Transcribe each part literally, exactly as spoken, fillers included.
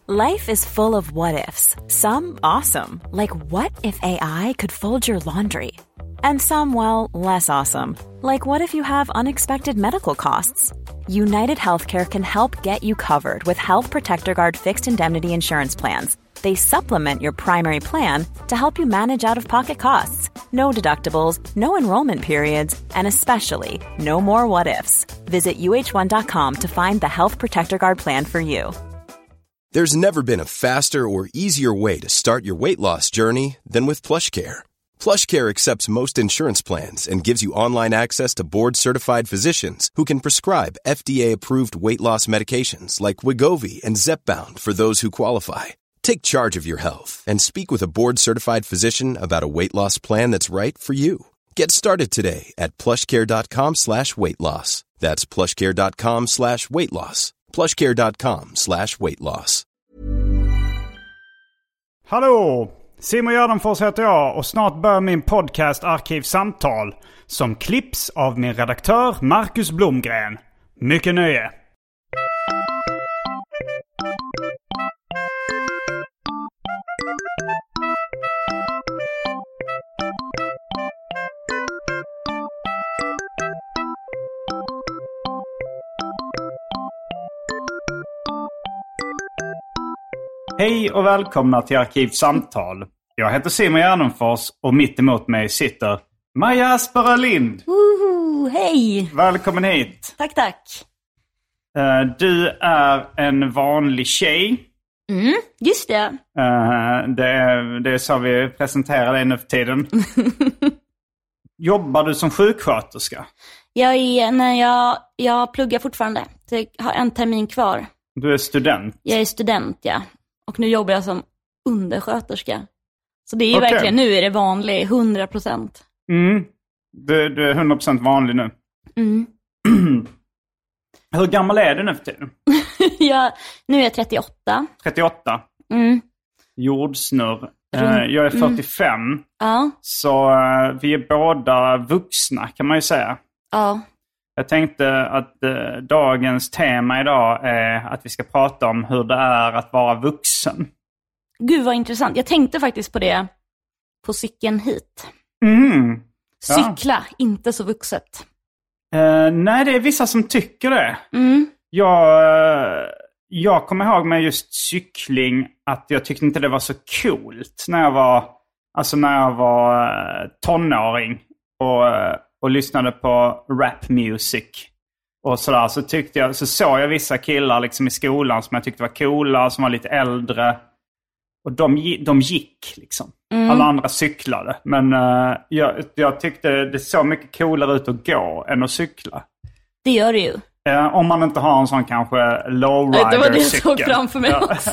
Life is full of what-ifs. Some awesome, like what if A I could fold your laundry? And some, well, less awesome, like what if you have unexpected medical costs? United Healthcare can help get you covered with Health Protector Guard fixed indemnity insurance plans. They supplement your primary plan to help you manage out-of-pocket costs. No deductibles, no enrollment periods, and especially no more what-ifs. Visit U H one dot com to find the Health Protector Guard plan for you. There's never been a faster or easier way to start your weight loss journey than with PlushCare. PlushCare accepts most insurance plans and gives you online access to board-certified physicians who can prescribe F D A-approved weight loss medications like Wegovy and Zepbound for those who qualify. Take charge of your health and speak with a board-certified physician about a weight loss plan that's right for you. Get started today at plushcare.com slash weight loss. That's plushcare.com slash weight loss. plushcare.com slash weight loss. Hallå! Simon Gärdenfors heter jag och snart börjar min podcast Arkivsamtal som klipps av min redaktör Marcus Blomgren. Mycket nöje! Hej och välkomna till Arkivsamtal. Jag heter Simon Gärdenfors och mitt emot mig sitter Maja Asperö Lind. Woho, hej! Välkommen hit. Tack, tack. Uh, du är en vanlig tjej. Mm, just det. Uh, det, är, det är så vi presenterar dig nu för tiden. Jobbar du som sjuksköterska? Jag, är, nej, jag, jag pluggar fortfarande. Jag har en termin kvar. Du är student? Jag är student, ja. Och nu jobbar jag som undersköterska. Så det är okay. verkligen, nu är det vanlig, hundra procent. Mm. Du, du är hundra procent vanlig nu. Mm. Hur gammal är du nu för tiden? jag, nu är jag trettioåtta. trettioåtta? Mm. Jordsnurr. Mm. Jag är fyrtiofem. Mm. Ja. Så vi är båda vuxna kan man ju säga. Ja. Jag tänkte att eh, dagens tema idag är att vi ska prata om hur det är att vara vuxen. Gud vad intressant. Jag tänkte faktiskt på det på cykeln hit. Mm. Ja. Cykla, inte så vuxet. Eh, nej, det är vissa som tycker det. Mm. Jag, jag kommer ihåg med just cykling att jag tyckte inte det var så coolt när jag var, alltså när jag var tonåring och... och lyssnade på rap music och sådär, så tyckte jag, så såg jag vissa killar liksom i skolan som jag tyckte var coola, som var lite äldre, och de, de gick liksom. Mm. Alla andra cyklade, men uh, jag, jag tyckte det såg mycket coolare ut att gå än att cykla. Det gör det ju. Uh, om man inte har en sån kanske lowrider-cykel. Det var det jag såg framför mig också.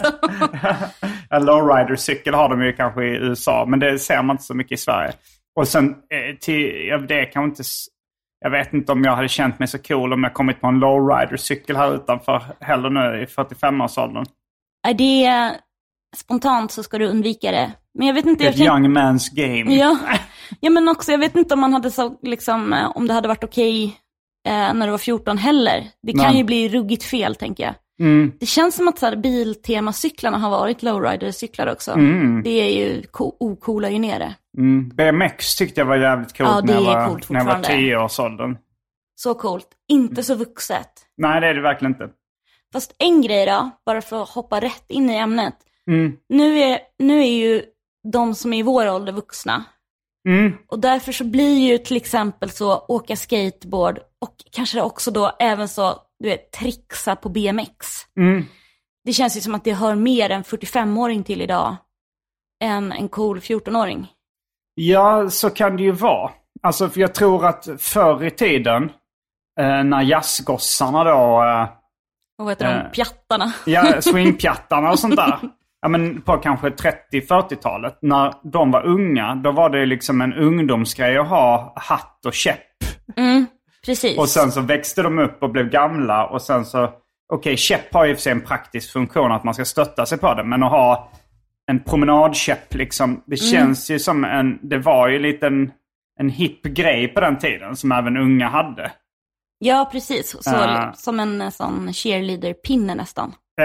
En lowrider-cykel har de ju kanske i U S A, men det ser man inte så mycket i Sverige. Och sen till, ja, det kan inte, jag vet inte om jag hade känt mig så cool om jag kommit på en lowrider-cykel här utanför heller nu i fyrtiofem-årsåldern. Är det spontant så ska du undvika det. Men jag vet inte. Det är ett young man's game. Ja. ja, men också jag vet inte om man hade så liksom, om det hade varit okej eh, när du var fjorton heller. Det kan Nej. ju bli ruggigt fel, tänker jag. Mm. Det känns som att så här, biltemacyklarna har varit lowrider-cyklar också. Mm. Det är ju ko- ocoola ju nere. Mm. B M X tyckte jag var jävligt coolt, ja, när, jag var, när jag var tio års åldern. Så coolt. Inte så vuxet. Nej, det är det verkligen inte. Fast en grej då, bara för att hoppa rätt in i ämnet. Mm. Nu, är, nu är ju de som är i vår ålder vuxna. Mm. Och därför så blir ju till exempel så åka skateboard och kanske också då även så, du vet, trixa på B M X. Mm. Det känns ju som att det hör mer en fyrtiofem-åring till idag än en cool fjorton-åring. Ja, så kan det ju vara. Alltså, för jag tror att förr i tiden, eh, när jazzgossarna då... Eh, Vad heter de? Pjattarna. Ja, swingpjattarna och sånt där. Ja, men på kanske trettio-fyrtiotalet. När de var unga, då var det liksom en ungdomsgrej att ha hatt och käpp. Mm, precis. Och sen så växte de upp och blev gamla. Och sen så... Okej, okay, käpp har ju för sig en praktisk funktion att man ska stötta sig på det. Men att ha en promenadkäpp liksom, det mm. känns ju som en... Det var ju lite en, en hipp grej på den tiden som även unga hade. Ja, precis. Så, uh, som en sån cheerleader-pinne nästan. Ja,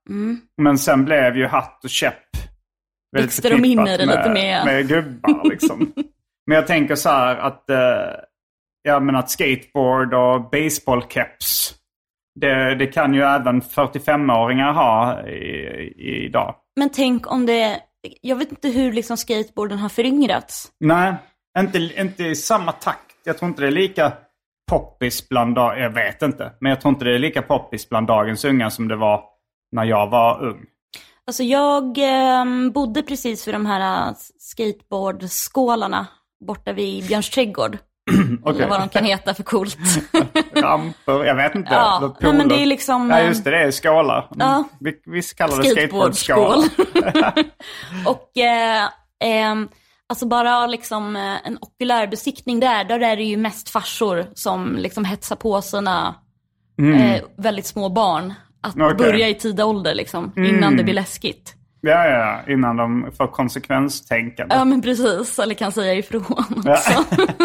Mm. Men sen blev ju hatt och käpp växte de in i det lite mer. Med gubbar liksom. Men jag tänker så här att, eh, ja, men att skateboard och baseballkeps, det, det kan ju även fyrtiofemåringar ha i, i, idag. Men tänk om det, jag vet inte hur liksom skateboarden har föryngrats. Nej, inte, inte i samma takt. Jag tror inte det är lika poppis bland, jag vet inte, men jag tror inte det är lika poppis bland dagens unga som det var när jag var ung. Alltså jag eh, bodde precis vid de här skateboardskålarna borta vid Björns trädgård. Okay. Eller vad de kan heta för coolt. Ramper, jag vet inte. Ja, nej, men det är liksom... Ja, just det, det är skålar. Ja. Vi, vi kallar det skateboardskål. Och eh, eh, alltså bara liksom en okulär besiktning där, där är det ju mest farsor som liksom hetsar på sina mm. eh, väldigt små barn. Att okay. börja i tidig ålder liksom, mm. innan det blir läskigt. Ja, ja, innan de får konsekvenstänkande. Ja, men precis. Eller kan säga ifrån också.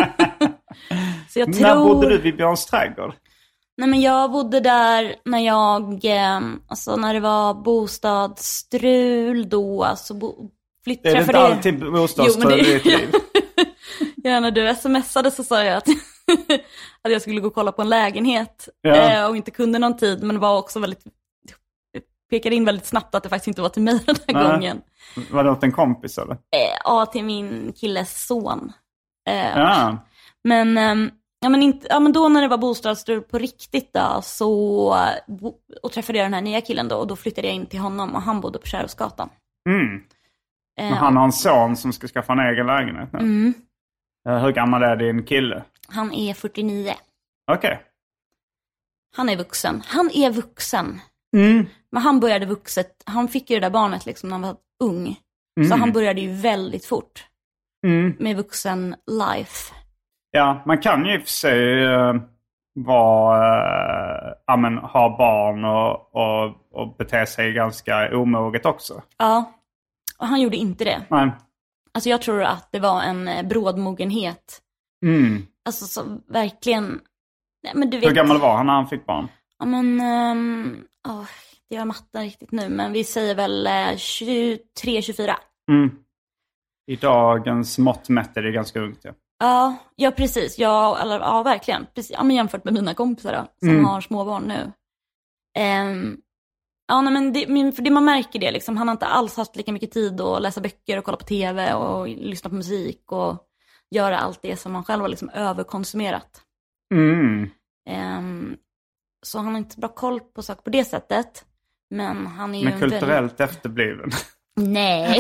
Så jag tror... När bodde du vid Björns trädgård? Nej, men jag bodde där när jag, alltså när det var bostadsstrul då, alltså bo... flytt, är det inte alltid bostadsstrul i ditt liv? Ja, när du smsade så sa jag att, att jag skulle gå och kolla på en lägenhet ja. eh, och inte kunde någon tid, men var också väldigt, pekade in väldigt snabbt att det faktiskt inte var till mig den här Nej. gången. Var det åt en kompis eller? Eh, ja, till min killes son. Eh, ja. Men, eh, ja, men, inte, ja, men då när det var bostadsstrul på riktigt då, så, och träffade jag den här nya killen då, och då flyttade jag in till honom och han bodde på Kärrhusgatan. Mm. Men han har en son som ska skaffa en egen lägenhet nu. Mm. Hur gammal är din kille? Han är fyrtionio. Okej. Okay. Han är vuxen. Han är vuxen. Mm. Men han började vuxet. Han fick ju det där barnet liksom när han var ung. Mm. Så han började ju väldigt fort. Mm. Med vuxen life. Ja, man kan ju i och för sig uh, vara, uh, ja, men, ha barn och, och, och bete sig ganska omoget också. Ja. Och han gjorde inte det. Nej. Alltså jag tror att det var en brådmogenhet. Mm. Alltså så verkligen... Nej, men du vet... Hur gammal var han när han fick barn? Ja, men... Um, oh, det var matten riktigt nu. Men vi säger väl uh, tjugotre tjugofyra. Mm. I dagens mått mätt är det ganska ungt, ja. Ja, ja precis. Ja, eller, ja verkligen. Precis. Ja, men jämfört med mina kompisar då, som mm. har små barn nu. Um, Ja, nej, men det, men för det man märker det liksom, han har inte alls haft lika mycket tid att läsa böcker och kolla på tv och lyssna på musik och göra allt det som han själv har liksom överkonsumerat. Mm. Um, så han har inte bra koll på saker på det sättet, men han är ju men en kulturellt väldigt... efterbliven. Nej.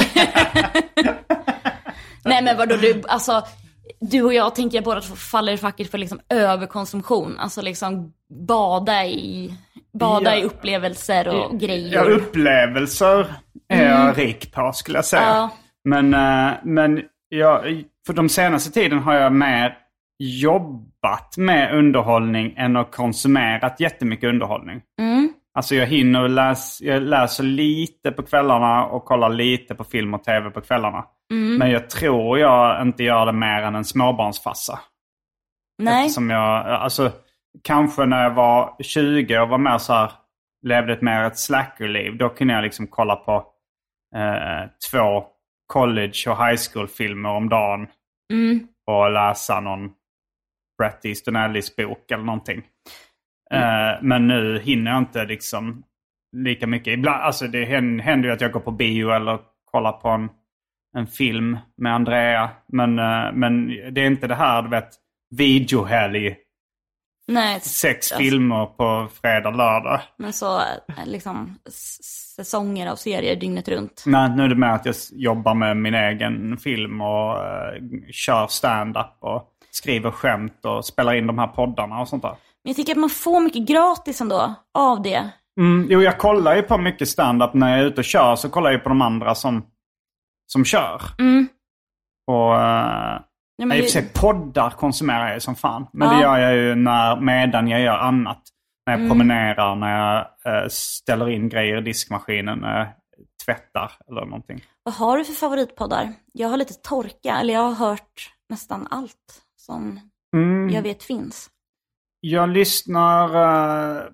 Nej, men vadå du, alltså du och jag tänker jag båda faller i facket för liksom överkonsumtion, alltså liksom bada i Bada ja. i upplevelser och grejer. Ja, upplevelser är jag mm. rik på skulle jag säga. Ja. Men, men jag, för de senaste tiden har jag mer jobbat med underhållning än att konsumerat jättemycket underhållning. Mm. Alltså jag hinner läsa, jag läser lite på kvällarna och kollar lite på film och tv på kvällarna. Mm. Men jag tror jag inte gör det mer än en småbarnsfassa. Nej. Eftersom jag, alltså... Kanske när jag var tjugo och var mer så här, levde ett mer ett slackerliv. Då kunde jag liksom kolla på eh, två college och high school filmer om dagen. Mm. Och läsa någon Bret Easton Ellis bok eller någonting. Mm. Eh, men nu hinner jag inte liksom lika mycket. Ibland, alltså det händer ju att jag går på bio eller kollar på en, en film med Andrea. Men, eh, men det är inte det här, du vet, videohelg. Nej, Sex alltså, filmer på fredag, lördag. Men så liksom säsonger av serier dygnet runt. Nej, nu är det med att jag jobbar med min egen film och uh, kör stand-up och skriver skämt och spelar in de här poddarna och sånt där. Men jag tycker att man får mycket gratis ändå av det. Mm, jo, jag kollar ju på mycket stand-up när jag är ute och kör, så kollar jag på de andra som, som kör. Mm. Och... Uh, Ja, men... I och för sig poddar konsumerar jag som fan. Men ja. det gör jag ju när, medan jag gör annat. När jag mm. promenerar, när jag äh, ställer in grejer i diskmaskinen, när jag tvättar eller någonting. Vad har du för favoritpoddar? Jag har lite torka, eller jag har hört nästan allt som mm. jag vet finns. Jag lyssnar äh,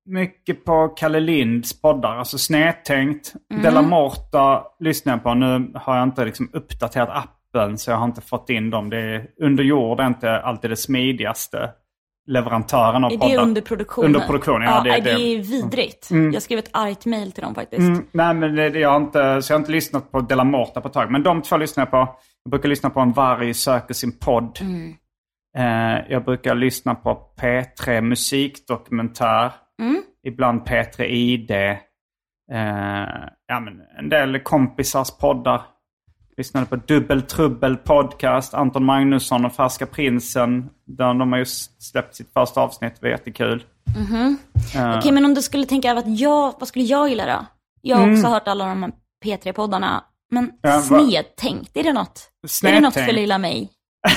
mycket på Kalle Linds poddar. Alltså Snedtänkt. Mm. Della Morta lyssnar jag på. Nu har jag inte liksom uppdaterat appen så jag har inte fått in dem. Det är, under jord är inte alltid det smidigaste leverantören av poddar. poddar. Är det under produktion? Under produktion, ja. ja det, det det är vidrigt. Mm. Jag skrev ett argt mejl till dem faktiskt. Mm. Nej, men det, jag har inte, så jag har inte lyssnat på Della Morta på ett tag. Men de två lyssnar jag på. Jag brukar lyssna på En varg söker sin podd. Mm. Eh, jag brukar lyssna på P tre musikdokumentär. Mm. Ibland P tre I D. Eh, ja, men en del kompisars poddar. Lyssnade på Dubbel Trubbel podcast. Anton Magnusson och Färska Prinsen. Där de har just släppt sitt första avsnitt. Det var jättekul. Mm-hmm. Uh, Okej, okay, men om du skulle tänka att jag, vad skulle jag gilla då? Jag har mm. också hört alla de här P tre-poddarna. Men ja, snedtänkt, är det något? Snedtänkt. Är det något för lilla mig?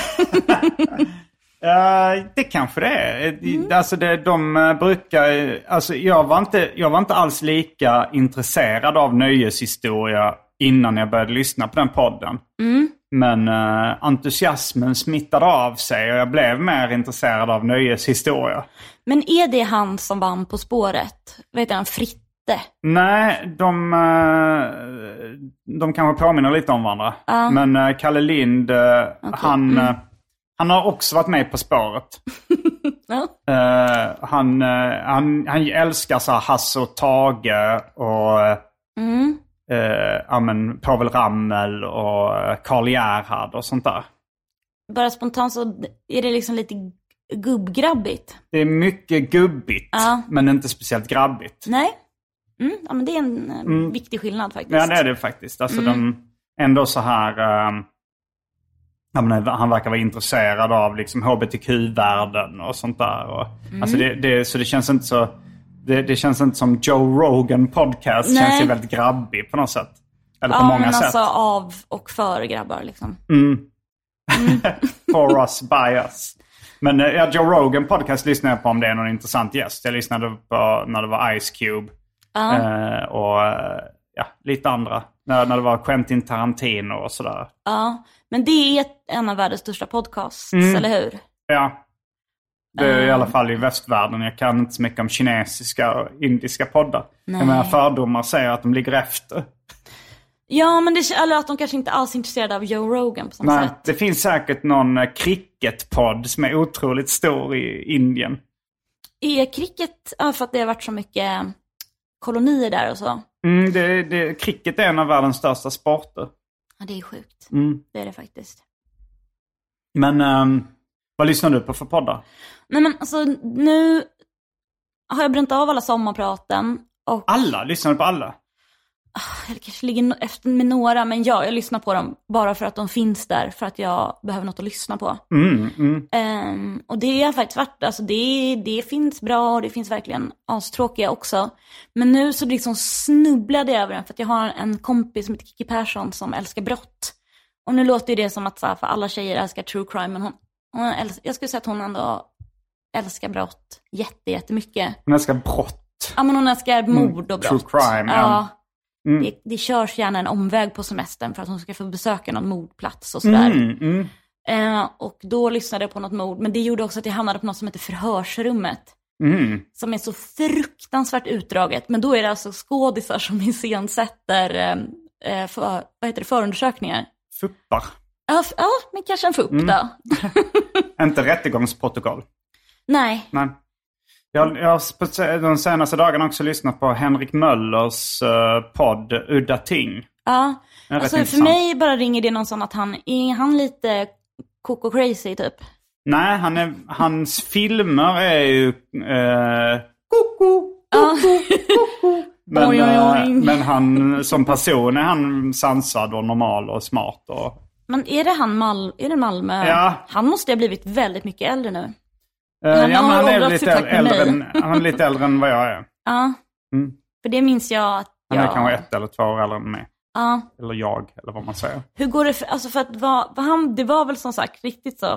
Uh, det kanske det är. Mm. Alltså det, de brukar... Alltså jag var, inte, jag var inte alls lika intresserad av nöjeshistoria innan jag började lyssna på den podden. Mm. Men uh, entusiasmen smittade av sig och jag blev mer intresserad av nöjeshistoria. Men är det han som vann På spåret? Vet du, han Fritte? Nej, de, uh, de kanske påminner lite om varandra. Uh. Men uh, Kalle Lind, uh, okay. han... Mm. Uh, Han har också varit med På spåret. Ja. uh, han, uh, han, han älskar så här Hasse och Tage och mm. uh, amen, Pavel Ramel och Karl Gerhard och sånt där. Bara spontant så är det liksom lite gubbgrabbigt. Det är mycket gubbigt, ja. Men inte speciellt grabbigt. Nej, mm, ja, men det är en mm. viktig skillnad faktiskt. Ja, det är det faktiskt. Alltså mm. de ändå så här... Uh, han verkar vara intresserad av liksom H B T Q-världen och sånt där. Och, mm. alltså det, det, så det känns inte så... Det, det känns inte som Joe Rogan podcast. Det känns ju väldigt grabbig på något sätt. Eller ja, på många men sätt. alltså av och för grabbar liksom. Mm. mm. For us, by us. Men ja, Joe Rogan podcast lyssnade jag på om det är någon intressant gäst. Jag lyssnade på när det var Ice Cube. Uh. Eh, och ja, lite andra. När, när det var Quentin Tarantino och sådär. Ja, men det är en av världens största podcasts, mm. eller hur? Ja, det är uh. i alla fall i västvärlden. Jag kan inte så mycket om kinesiska och indiska poddar. Nej. Jag menar, fördomar säger att de ligger efter. Ja, men det är eller att de kanske inte alls är intresserade av Joe Rogan på samma Nej, sätt. det finns säkert någon cricketpodd som är otroligt stor i Indien. Är cricket, ja, för att det har varit så mycket kolonier där och så? Mm, det, det, cricket är en av världens största sporter. Ja, det är sjukt. Mm. Det är det faktiskt. Men um, vad lyssnar du på för poddar? Nej, men alltså nu har jag bränt av alla sommarpraten. Och... Alla? Lyssnar du på alla? Jag kanske ligger efter med några, men ja, jag lyssnar på dem bara för att de finns där, för att jag behöver något att lyssna på. Mm, mm. Um, och det har faktiskt varit, alltså det, det finns bra och det finns verkligen astråkiga också. Men nu så liksom snubblade jag över den för att jag har en kompis som heter Kiki Persson som älskar brott. Och nu låter det som att så här, för alla tjejer älskar true crime, men hon, hon älskar, jag skulle säga att hon ändå älskar brott jätte, jättemycket. Hon älskar brott? Ja, men hon älskar mord och brott. True crime, ja. ja. Mm. Det, det körs gärna en omväg på semestern för att hon ska få besöka någon mordplats och sådär. Mm, mm. Eh, och då lyssnade jag på något mord. Men det gjorde också att jag hamnade på något som heter Förhörsrummet. Mm. Som är så fruktansvärt utdraget. Men då är det alltså skådisar som iscensätter eh, för, vad heter det, förundersökningar. Fuppar. Ja, f- ja, men kanske en fupp mm. då. Inte rättegångsprotokoll. Nej. Nej. Jag, jag har de senaste dagarna också lyssnat på Henrik Möllers uh, podd Udda Ting. Ja, alltså för mig bara ringer det någon sån att han är han lite koko crazy typ. Nej, han är, hans filmer är ju uh, koko, koko, koko. Men, oj, oj, oj. Uh, men han som person är han sansad och normal och smart. Och... Men är det han Mal- är det Malmö? Ja. Han måste ha blivit väldigt mycket äldre nu. Uh, han, ja, har han, är lite äldre, äldre än, han är lite äldre än vad jag är. Ja, mm. för det minns jag att han jag... är kanske ett eller två år äldre än mig. Ja. Eller jag, eller vad man säger. Hur går det för, alltså för att va, va han, det var väl som sagt riktigt så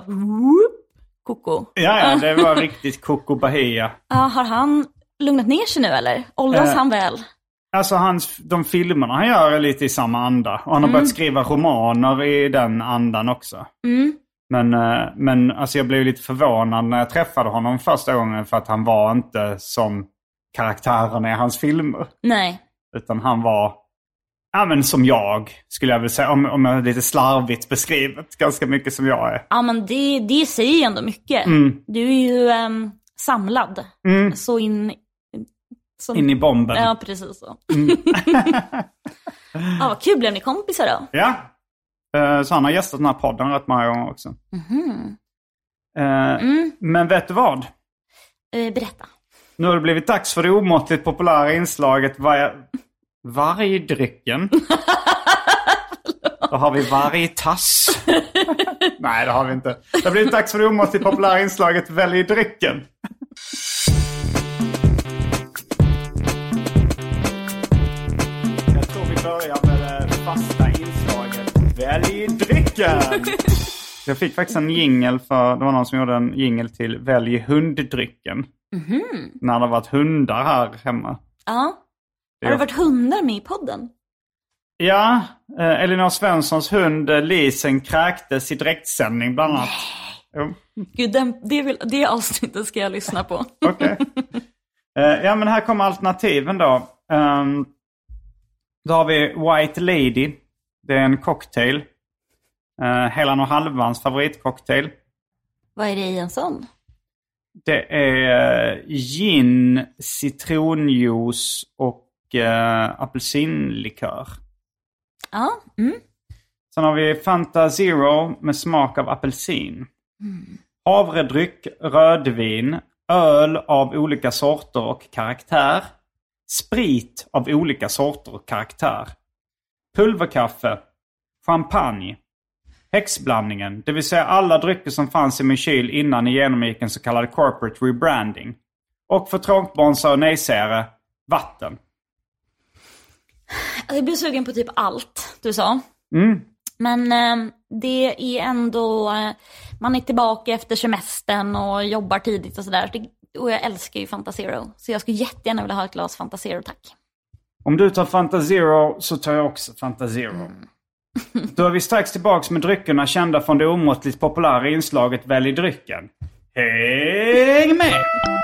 koko. Ja, ja, det var riktigt koko bahia. Ja, har han lugnat ner sig nu eller? Åldras uh, han väl? Alltså hans, de filmerna han gör är lite i samma anda. Och han har mm. börjat skriva romaner i den andan också. Mm. Men, men alltså jag blev lite förvånad när jag träffade honom första gången för att han var inte som karaktärerna i hans filmer. Nej. Utan han var, ja men som jag skulle jag vilja säga, om, om jag är lite slarvigt beskrivet, ganska mycket som jag är. Ja men det, det säger ju ändå mycket. Mm. Du är ju um, samlad. Mm. Så in... Som... In i bomben. Ja, precis så. Mm. Ja, vad kul, blev ni kompisar då? Ja. Uh, så han har gästat den här podden rätt många gånger också. Mm-hmm. Uh, mm. Men vet du vad? Uh, berätta. Nu har det blivit dags för det omåttligt populära inslaget var... Vargdrycken. Då har vi vargtass. Nej, det har vi inte. Det har blivit dags för det omåttligt populära inslaget Välj drycken. Jag tror vi börjar med det fasta inslaget Välj drycken. Jag fick faktiskt en jingle för, det var någon som gjorde en jingle till Välj hunddrycken. Mm-hmm. När det varit hundar här hemma. Ja. Har det varit hundar med i podden? Ja, eh, Elinor Svenssons hund eh, Lisen kräktes i direktsändning bland annat. Jo. Gud, den, det, vill, det avsnittet ska jag lyssna på. Okej. Okay. Eh, ja, men här kommer alternativen då. Um, då har vi White Lady. Det är en cocktail. Uh, Helan och Halvans favoritcocktail. Vad är det i en sån? Det är gin, citronjuice och uh, apelsinlikör. Ja. Mm. Sen har vi Fanta Zero med smak av apelsin. Mm. Havredryck, rödvin, öl av olika sorter och karaktär. Sprit av olika sorter och karaktär. Pulverkaffe, champagne. Häxblandningen, det vill säga alla drycker som fanns i min kyl innan ni genomgick en så kallad corporate rebranding. Och för trångtbonsar och nejsägare, vatten. Jag blir sugen på typ allt du sa. Mm. Men eh, det är ändå, eh, man är tillbaka efter semestern och jobbar tidigt och sådär. Och jag älskar ju Fanta Zero. Så jag skulle jättegärna vilja ha ett glas Fanta Zero, tack. Om du tar Fanta Zero så tar jag också Fanta Zero. Mm. Då är vi strax tillbaka med dryckerna kända från det omåttligt populära inslaget Välj drycken. Häng med!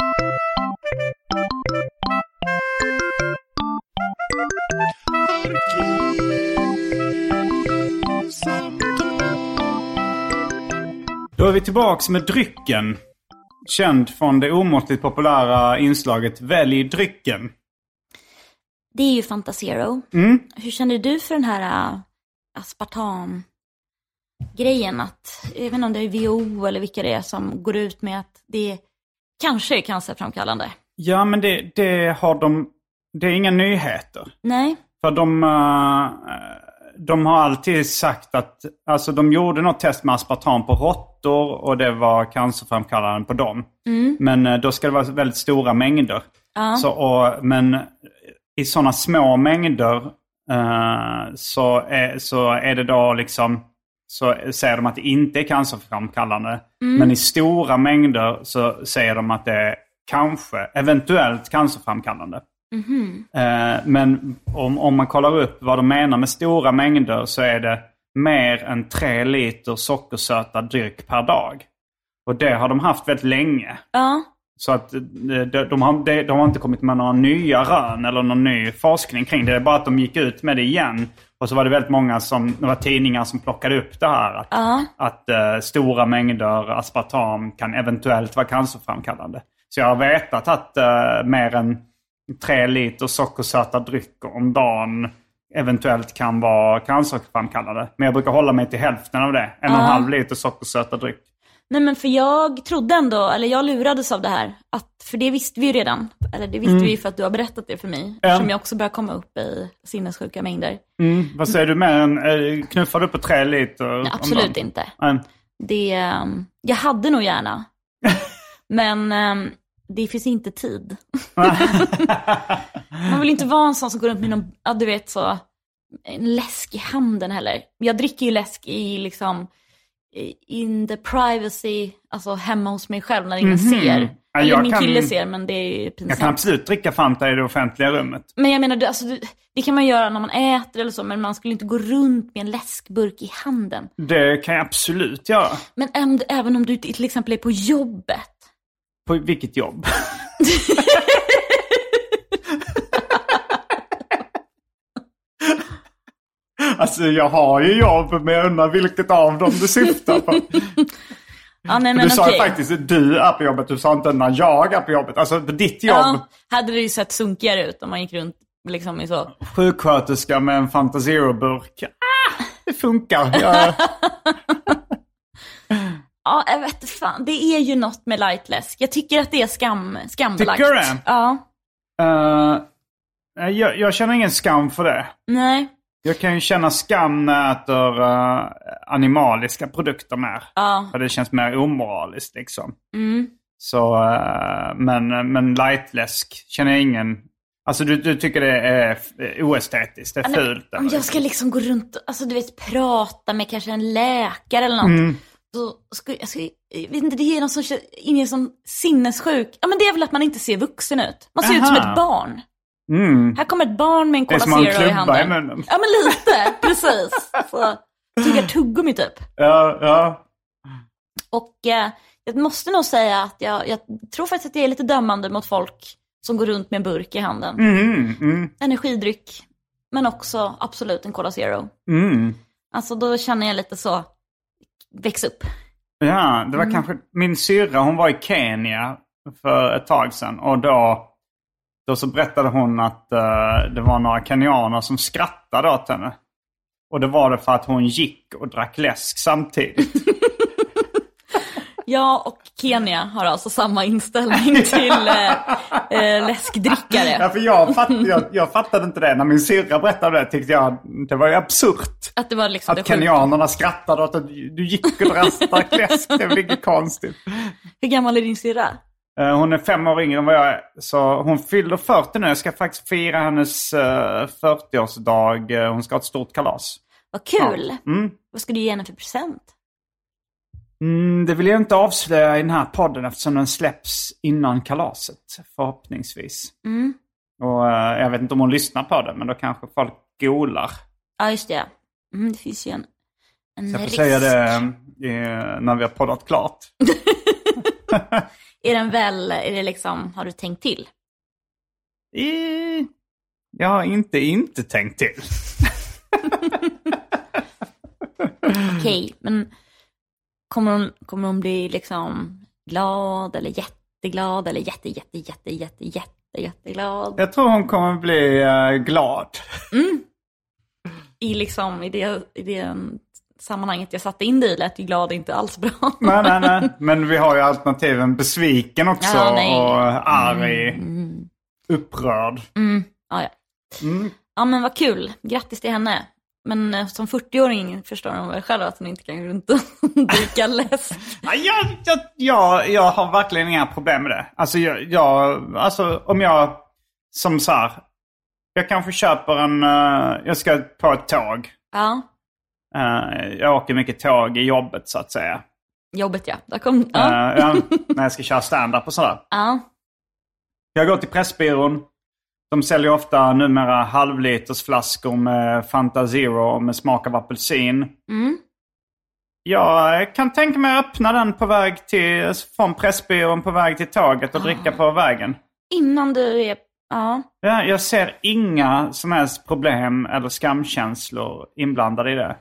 Då är vi tillbaka med drycken. Känd från det omåttligt populära inslaget Välj drycken. Det är ju Fanta Zero. Mm. Hur känner du för den här uh, aspartam-grejen? Att, jag vet inte om det är V O eller vilka det är som går ut med att det kanske är cancerframkallande. Ja, men det, det har de... Det är inga nyheter. Nej. För de... Uh, de har alltid sagt att... Alltså de gjorde något test med aspartam på råttor och det var cancerframkallande på dem. Mm. Men uh, då ska det vara väldigt stora mängder. Ja. Så, och, men i sådana små mängder uh, så, är, så är det då liksom... Så säger de att det inte är cancerframkallande. Mm. Men i stora mängder så säger de att det är kanske, eventuellt cancerframkallande. Mm-hmm. Eh, men om, om man kollar upp vad de menar med stora mängder så är det mer än tre liter sockersötad dryck per dag. Och det har de haft väldigt länge. Ja. Så att de, de, har, de, de har inte kommit med några nya rön eller någon ny forskning kring det. Det är bara att de gick ut med det igen. Och så var det väldigt många som, det var tidningar som plockade upp det här. Att, uh. att uh, stora mängder aspartam kan eventuellt vara cancerframkallande. Så jag har vetat att uh, mer än tre liter sockersöta dryck om dagen eventuellt kan vara cancerframkallande. Men jag brukar hålla mig till hälften av det. En uh. och en halv liter sockersöta dryck. Nej, men för jag trodde ändå, eller jag lurades av det här. Att, för det visste vi ju redan. Eller det visste mm. vi för att du har berättat det för mig. Ja. Eftersom jag också börjar komma upp i sinnessjuka mängder. Mm. Vad säger du med en, knuffar du på tre liter? Nej, absolut inte. Mm. Det, jag hade nog gärna. Men um, det finns inte tid. Man vill inte vara en sån som går runt med någon, ja, du vet så, en läsk i handen heller. Jag dricker ju läsk i liksom... in the privacy, alltså hemma hos mig själv när ingen mm-hmm. ser. Eller jag min kan, kille ser, men det är ju pinsamt. Jag kan absolut dricka Fanta i det offentliga rummet. Men jag menar, det, alltså, det, det kan man göra när man äter eller så, men man skulle inte gå runt med en läskburk i handen. Det kan jag absolut göra. Men äm, även om du till exempel är på jobbet. På vilket jobb? Alltså jag har ju jobb, men jag undrar vilket av dem du syftar på. Ja, nej, men du sa okej. faktiskt du är på jobbet, du sa inte när jag är på jobbet. Alltså på ditt jobb. Ja, hade det ju sett sunkigare ut om man gick runt liksom i så. Sjuksköterska med en Fanta Zero-burk. Ah, det funkar. Jag... Ja, jag vet fan. Det är ju något med lightläsk. Jag tycker att det är skam, skambelagt. Tycker du det? Ja. Uh, jag, jag känner ingen skam för det. Nej. Jag kan ju känna skam när jag äter uh, animaliska produkter mer. Ja. För det känns mer omoraliskt liksom. Mm. Så, uh, men, men lightläsk känner jag ingen... Alltså du, du tycker det är oestetiskt, det är fult? Om jag ska liksom gå runt, alltså du vet, prata med kanske en läkare eller något. Mm. Då ska jag, ska, jag vet inte, det är någon som inger som sinnessjuk. Ja, men det är väl att man inte ser vuxen ut. Man ser Aha. ut som ett barn. Mm. Här kommer ett barn med en Cola Zero i handen. I munnen. Ja, men lite, precis. Så tuggar tuggummi typ. Ja, ja. Och eh, jag måste nog säga att jag, jag tror faktiskt att jag är lite dömande mot folk som går runt med en burk i handen. Mm, mm. Energidryck, men också absolut en Cola Zero. Mm. Alltså då känner jag lite så, väx upp. Ja, det var mm. kanske min syrra, hon var i Kenya för ett tag sedan. Och då, då så berättade hon att uh, det var några kenyaner som skrattade åt henne. Och det var det för att hon gick och drack läsk samtidigt. Ja, och Kenya har alltså samma inställning till äh, äh, läskdrickare. Ja, för jag, fatt, jag, jag fattade inte det. När min syrra berättade det tyckte jag det var ju absurt. Att det var liksom att kenyanerna skrattade åt att du gick och drack läsk. Det var inget konstigt. Hur gammal är din syrra? Uh, hon är fem år yngre än vad jag är. Så hon fyller fyrtio nu. Jag ska faktiskt fira hennes uh, fyrtioårsdag. Uh, hon ska ha ett stort kalas. Vad kul. Ja. Mm. Vad ska du ge henne för present? Mm, det vill jag inte avslöja i den här podden eftersom den släpps innan kalaset, förhoppningsvis. Mm. Och uh, jag vet inte om hon lyssnar på det, men då kanske folk golar. Ja, just det. Mm, det finns ju en, en Så jag får risk. säga det uh, när vi har poddat klart. Är den väl, är det liksom, har du tänkt till? I, jag har inte inte tänkt till. Okej, okay, men... Kommer hon, kommer hon bli liksom glad eller jätteglad eller jätte, jätte, jätte, jätte, jätte, jätteglad? Jag tror hon kommer bli uh, glad. Mm. I liksom, i det, i det sammanhanget jag satte in det i lät ju glad inte alls bra. nej, nej, nej. Men vi har ju alternativen besviken också ja, och arg, mm. upprörd. Mm. Ja, ja. Mm. Ja, men vad kul. Grattis till henne. Men som fyrtioåring förstår hon väl själv att hon inte kan gå runt och dricka läsk. Ja, jag, jag, jag, jag har verkligen inga problem med det. Alltså, jag, jag, alltså om jag, som så här, jag kanske köper en, uh, jag ska på ett tåg. Ja. Uh, jag åker mycket tåg i jobbet så att säga. Jobbet ja, där kom, ja. Uh, ja när jag ska köra stand-up och sådär. Ja. Jag går till Pressbyrån. De säljer ofta numera halvliters flaskor med Fanta Zero med smak av apelsin. Mm. Jag kan tänka mig att öppna den på väg till, från Pressbyrån på väg till tåget och dricka på vägen. Innan du är... Ja. Ja, jag ser inga som helst problem eller skamkänslor inblandade i det.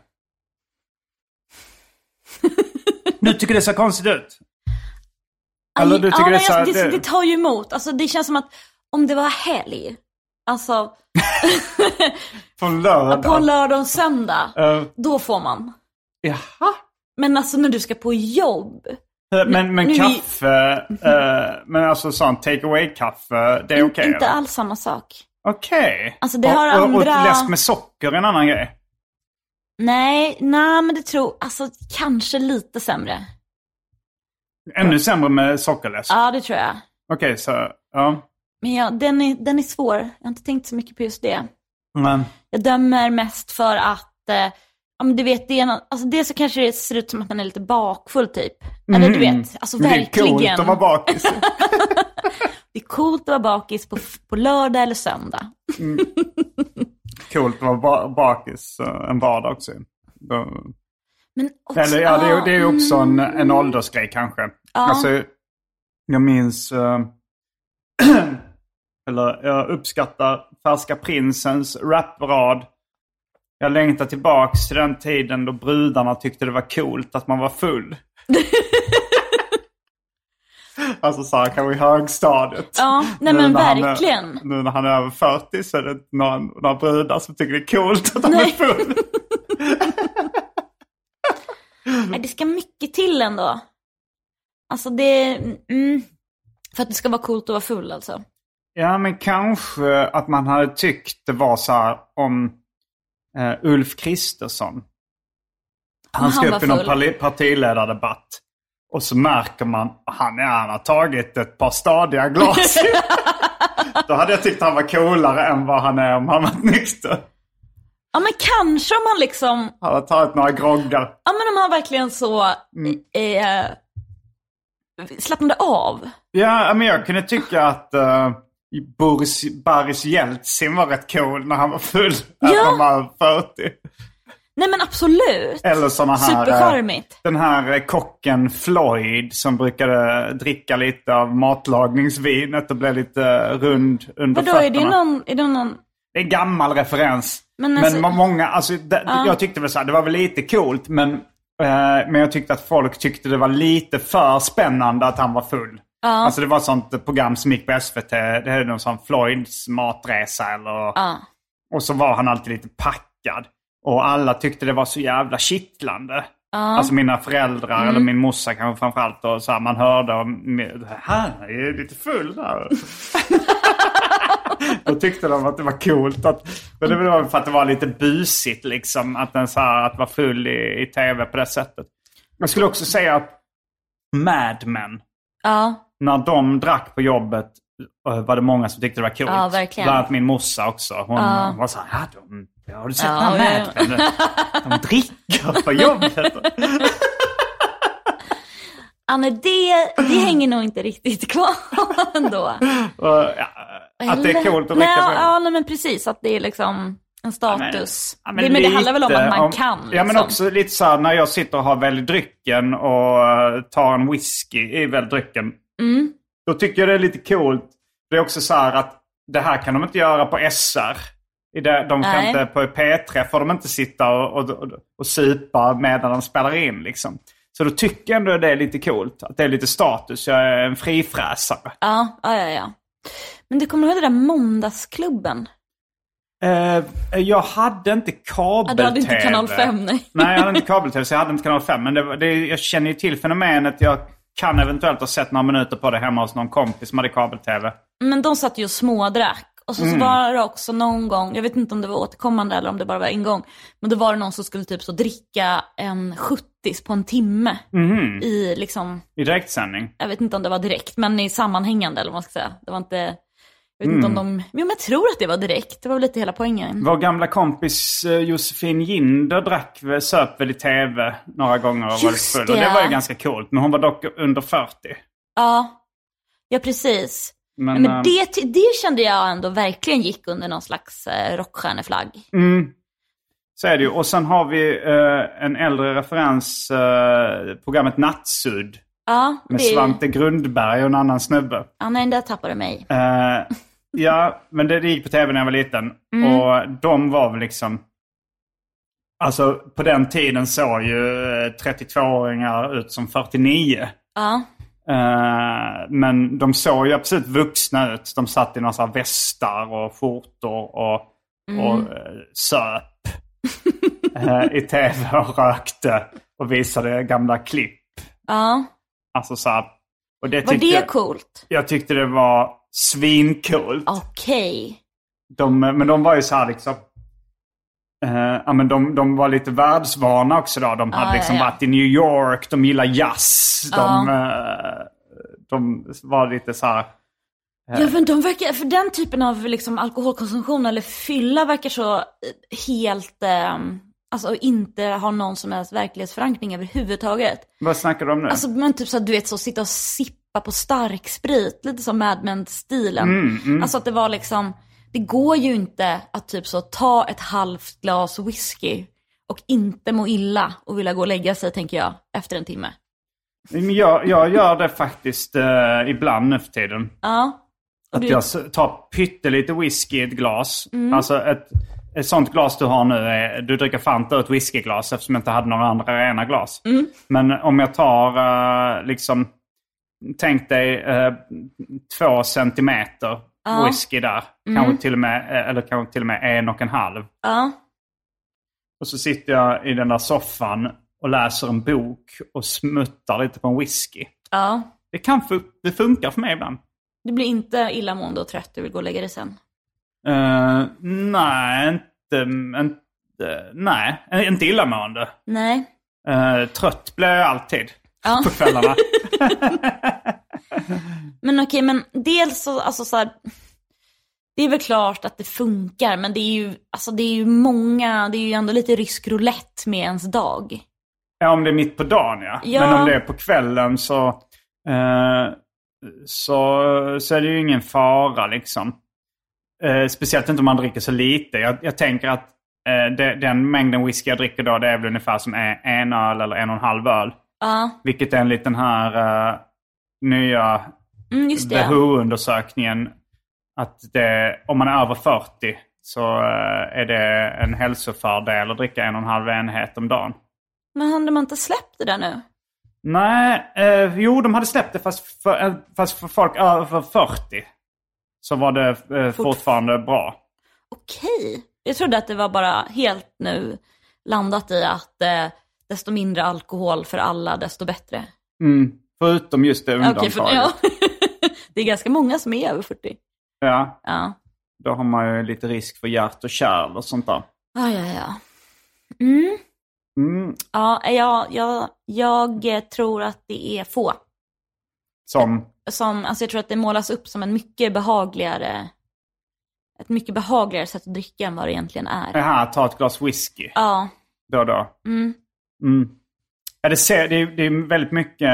Du tycker det ser konstigt ut? Eller du tycker ja, det, så, jag, det, det... det tar ju emot. Alltså, det känns som att om det var helg, alltså på lördag, på lördag och söndag, uh, då får man. Jaha. Men alltså när du ska på jobb. Men, men nu, kaffe, nu... uh, men alltså sån take away kaffe, det är okej? Okay, inte eller? alls samma sak. Okej. Okay. Alltså det har och, andra... och läsk med socker är en annan grej? Nej, nej men det tror, alltså kanske lite sämre. Ännu sämre med sockerläsk? Ja, det tror jag. Okej, okay, så, ja. Men ja, den är, den är svår. Jag har inte tänkt så mycket på just det. Mm. Jag dömer mest för att, eh, ja men du vet, det är något, alltså det så kanske det ser ut som att man är lite bakfull typ. Mm. Eller du vet, alltså men verkligen. Det är coolt att vara bakis. Det är coolt att vara bakis på, på lördag eller söndag. Mm. Coolt att vara ba- bakis en vardag också. Men också, eller ja, det är, det är ju också en, en åldersgrej kanske. Ja. Alltså, jag minns... Uh, eller jag uppskattar Färska Prinsens raprad. Jag längtar tillbaks till den tiden då brudarna tyckte det var coolt att man var full. Alltså så här kan vi högstadiet. Ja, nej men verkligen. Är, nu när han är över fyrtio så är det några, några brudar som tycker det är coolt att han nej. är full. Nej, det ska mycket till ändå. Alltså det... Mm, för att det ska vara coolt att vara full alltså. Ja, men kanske att man hade tyckt det var så här om uh, Ulf Kristersson. Han, han ska upp i någon partiledardebatt. Och så märker man att han, ja, han har tagit ett par stadiga glas. Då hade jag tyckt han var coolare än vad han är om han var nykter. Ja, men kanske om han liksom... Han har tagit några groggar. Ja, men om han verkligen så mm. eh, slappnade av. Ja, men jag kunde tycka att uh, Boris, Boris Jeltsin var rätt cool när han var full. Ja. När han var fyrtio. Nej men absolut. Eller såna här, supercharmigt. Den här kocken Floyd som brukade dricka lite av matlagningsvinet och blev lite rund under Vadå, fötterna. Är det någon, är det någon... Det är en gammal referens. Men, alltså... men många, alltså, det, ja. jag tyckte väl så här, det var väl lite coolt. Men, eh, men jag tyckte att folk tyckte det var lite för spännande att han var full. Ja. Alltså det var ett sånt program som gick på S V T. Det är någon sån Floyds matresa eller... Ja. Och så var han alltid lite packad. Och alla tyckte det var så jävla kittlande. Uh. Alltså mina föräldrar mm. eller min morsa kanske framförallt. Och så här, man hörde om, han är lite full där. Då tyckte de att det var coolt. Att, men det var för att det var lite busigt liksom. Att den så här, att vara full i, i tv på det sättet. Jag skulle också säga att Mad Men. Uh. När de drack på jobbet var det många som tyckte det var coolt. Ja, verkligen. Bland annat min morsa också. Hon uh. var så här, ja, de... Ja, har du sett ja, med? Ja. De dricker på jobbet. Anne, det, det hänger nog inte riktigt kvar ändå. Ja, att det är coolt att dricka på jobbet. Ja, nej, men precis. Att det är liksom en status. Ja, men, ja, men, det, men det handlar väl om att man om, kan. Liksom. Ja, men också lite så här när jag sitter och har väl drycken och tar en whisky i väl drycken. Mm. Då tycker jag det är lite coolt. Det är också så här att det här kan de inte göra på S R. I det, de kan inte, på P tre får de inte sitta och, och, och supa medan de spelar in liksom. Så då tycker jag ändå det är lite coolt. Att det är lite status. Jag är en frifräsare. Ja, ja, ja. ja. Men du kommer ihåg det där måndagsklubben? Uh, jag hade inte kabel-tv. Ja, du hade inte kanal fem, nej. Nej, jag hade inte kabel-tv så jag hade inte kanal fem. Men det, det, jag känner ju till fenomenet. Jag kan eventuellt ha sett några minuter på det hemma hos någon kompis som hade kabel-tv. Men de satt ju och smådrack. Och så, mm. så var det också någon gång, jag vet inte om det var återkommande eller om det bara var en gång. Men då var det någon som skulle typ så dricka en sjuttis på en timme. Mm. I liksom... I direktsändning? Jag vet inte om det var direkt, men i sammanhängande eller vad man ska säga. Det var inte... Jag vet mm. inte om de... Men jag tror att det var direkt. Det var väl lite hela poängen. Vår gamla kompis Josefin Ginder drack söp väl i tv några gånger och var lite full. Och det var ju ganska coolt. Men hon var dock under fyrtio. Ja, ja precis. Men, men det, det kände jag ändå verkligen gick under någon slags eh, rockstjärneflagg. Mm. Så är det ju. Och sen har vi eh, en äldre referens, eh, programmet Nattsudd. Ja, med det... Svante Grundberg och en annan snubbe. Ja, nej, där tappade mig. Eh, ja, men det, det gick på tv när jag var liten. Mm. Och de var väl liksom... Alltså, på den tiden såg ju trettiotvååringar ut som fyrtionio. Ja. Uh, men de såg ju absolut vuxna ut. De satt i några så här västar och skjortor och, mm. och uh, söp uh, i tv och rökte och visade gamla klipp. Ja. Alltså så här, och det var det jag, coolt? Jag tyckte det var svincoolt. Okej. Okay. De, men de var ju så här liksom... Uh, ja, men de, de var lite världsvana också då. De hade ah, liksom ja, ja. varit i New York. De gillar jazz. De, ah. uh, de var lite så här... Uh. Ja, men de verkar, för den typen av liksom alkoholkonsumtion eller fylla verkar så helt... Um, alltså inte ha någon som helst verklighetsförankring överhuvudtaget. Vad snackar du om nu? Alltså men typ så att du vet så sitta och sippa på stark sprit. Lite som Mad Men-stilen. Mm, mm. Alltså att det var liksom... Det går ju inte att typ så ta ett halvt glas whisky och inte må illa och vilja gå och lägga sig, tänker jag, efter en timme. Jag, jag gör det faktiskt eh, ibland nu för tiden. Ja. Att du... jag tar pyttelite whisky i ett glas. Mm. Alltså ett, ett sånt glas du har nu är, du dricker Fanta ur ett whiskyglas eftersom jag inte hade några andra rena glas. Mm. Men om jag tar uh, liksom, tänk dig uh, två centimeter uh. whisky där. Mm. Kanske till och med, eller kanske till och med en och en halv. Uh. Och så sitter jag i den där soffan och läser en bok och smuttar lite på en whisky. Ja. Det kan det funkar för mig ibland. Du blir inte illamående och trött, du vill gå och lägga dig sen? Uh, nej, inte, inte, nej, inte illamående. Nej. Uh, trött blir jag alltid ja. på kvällarna. Men okej, men dels så, alltså så här, det är väl klart att det funkar, men det är ju, alltså det är ju många, det är ju ändå lite rysk roulette med ens dag. Ja, om det är mitt på dagen, ja. ja. Men om det är på kvällen så, uh, så, så är det ju ingen fara liksom. Uh, speciellt inte om man dricker så lite. Jag, jag tänker att uh, det, den mängden whisky jag dricker då, det är väl ungefär som en öl eller en och en halv öl. Uh. Vilket är en liten här uh, nya mm, just det. The Who-undersökningen. Att det, om man är över fyrtio så uh, är det en hälsofördel att dricka en och en halv enhet om dagen. Men hade man inte släppt det där nu? Nej, uh, jo de hade släppt det fast för, uh, fast för folk över fyrtio. Så var det eh, fortfarande bra. Okej. Jag trodde att det var bara helt nu landat i att eh, desto mindre alkohol för alla, desto bättre. Mm. Förutom just det undantaget. Okay, för, ja. Det är ganska många som är över fyrtio. Ja. Ja. Då har man ju lite risk för hjärt och kärl och sånt där. Ja, ja, ja. Mm. Mm. Ja, jag, jag, jag tror att det är få. Som? Som, alltså jag tror att det målas upp som en mycket behagligare, ett mycket behagligare sätt att dricka än vad det egentligen är. Det här, ta ett glas whisky. Ja. Då då. Mm. Mm. Ja, det, ser, det, är, det är väldigt mycket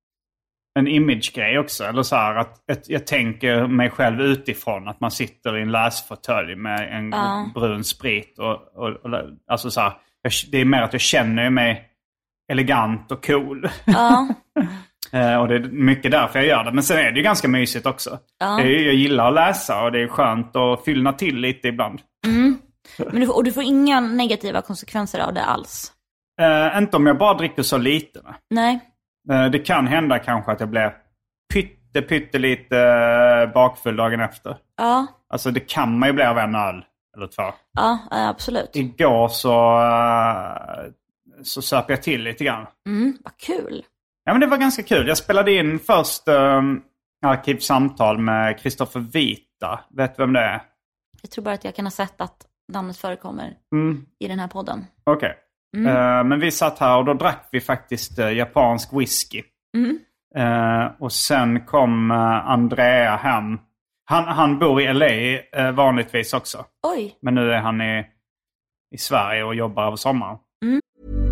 en image-grej också. Eller så här att ett, jag tänker mig själv utifrån att man sitter i en läsfåtölj med en ja. brun sprit. Och, och, och, alltså så här, det är mer att jag känner mig elegant och cool. Ja. Och det är mycket därför jag gör det. Men sen är det ju ganska mysigt också. Ja. Det är, jag gillar att läsa och det är skönt att fyllna till lite ibland. Mm. Men du får, och du får inga negativa konsekvenser av det alls? Uh, inte om jag bara dricker så lite. Nej. Uh, det kan hända kanske att jag blir pytte, pytte lite uh, bakfull dagen efter. Ja. Alltså det kan man ju bli av en öl eller två. Ja, absolut. Igår så, uh, så söp jag till lite grann. Mm, vad kul. Ja, men det var ganska kul. Jag spelade in först um, arkivsamtal med Kristoffer Vita. Vet du vem det är? Jag tror bara att jag kan ha sett att namnet förekommer mm. i den här podden. Okej. Okay. Mm. Uh, men vi satt här och då drack vi faktiskt uh, japansk whisky. Mm. Uh, och sen kom uh, Andrea hem. Han, han bor i L A uh, vanligtvis också. Oj. Men nu är han i, i Sverige och jobbar över sommaren. Mm.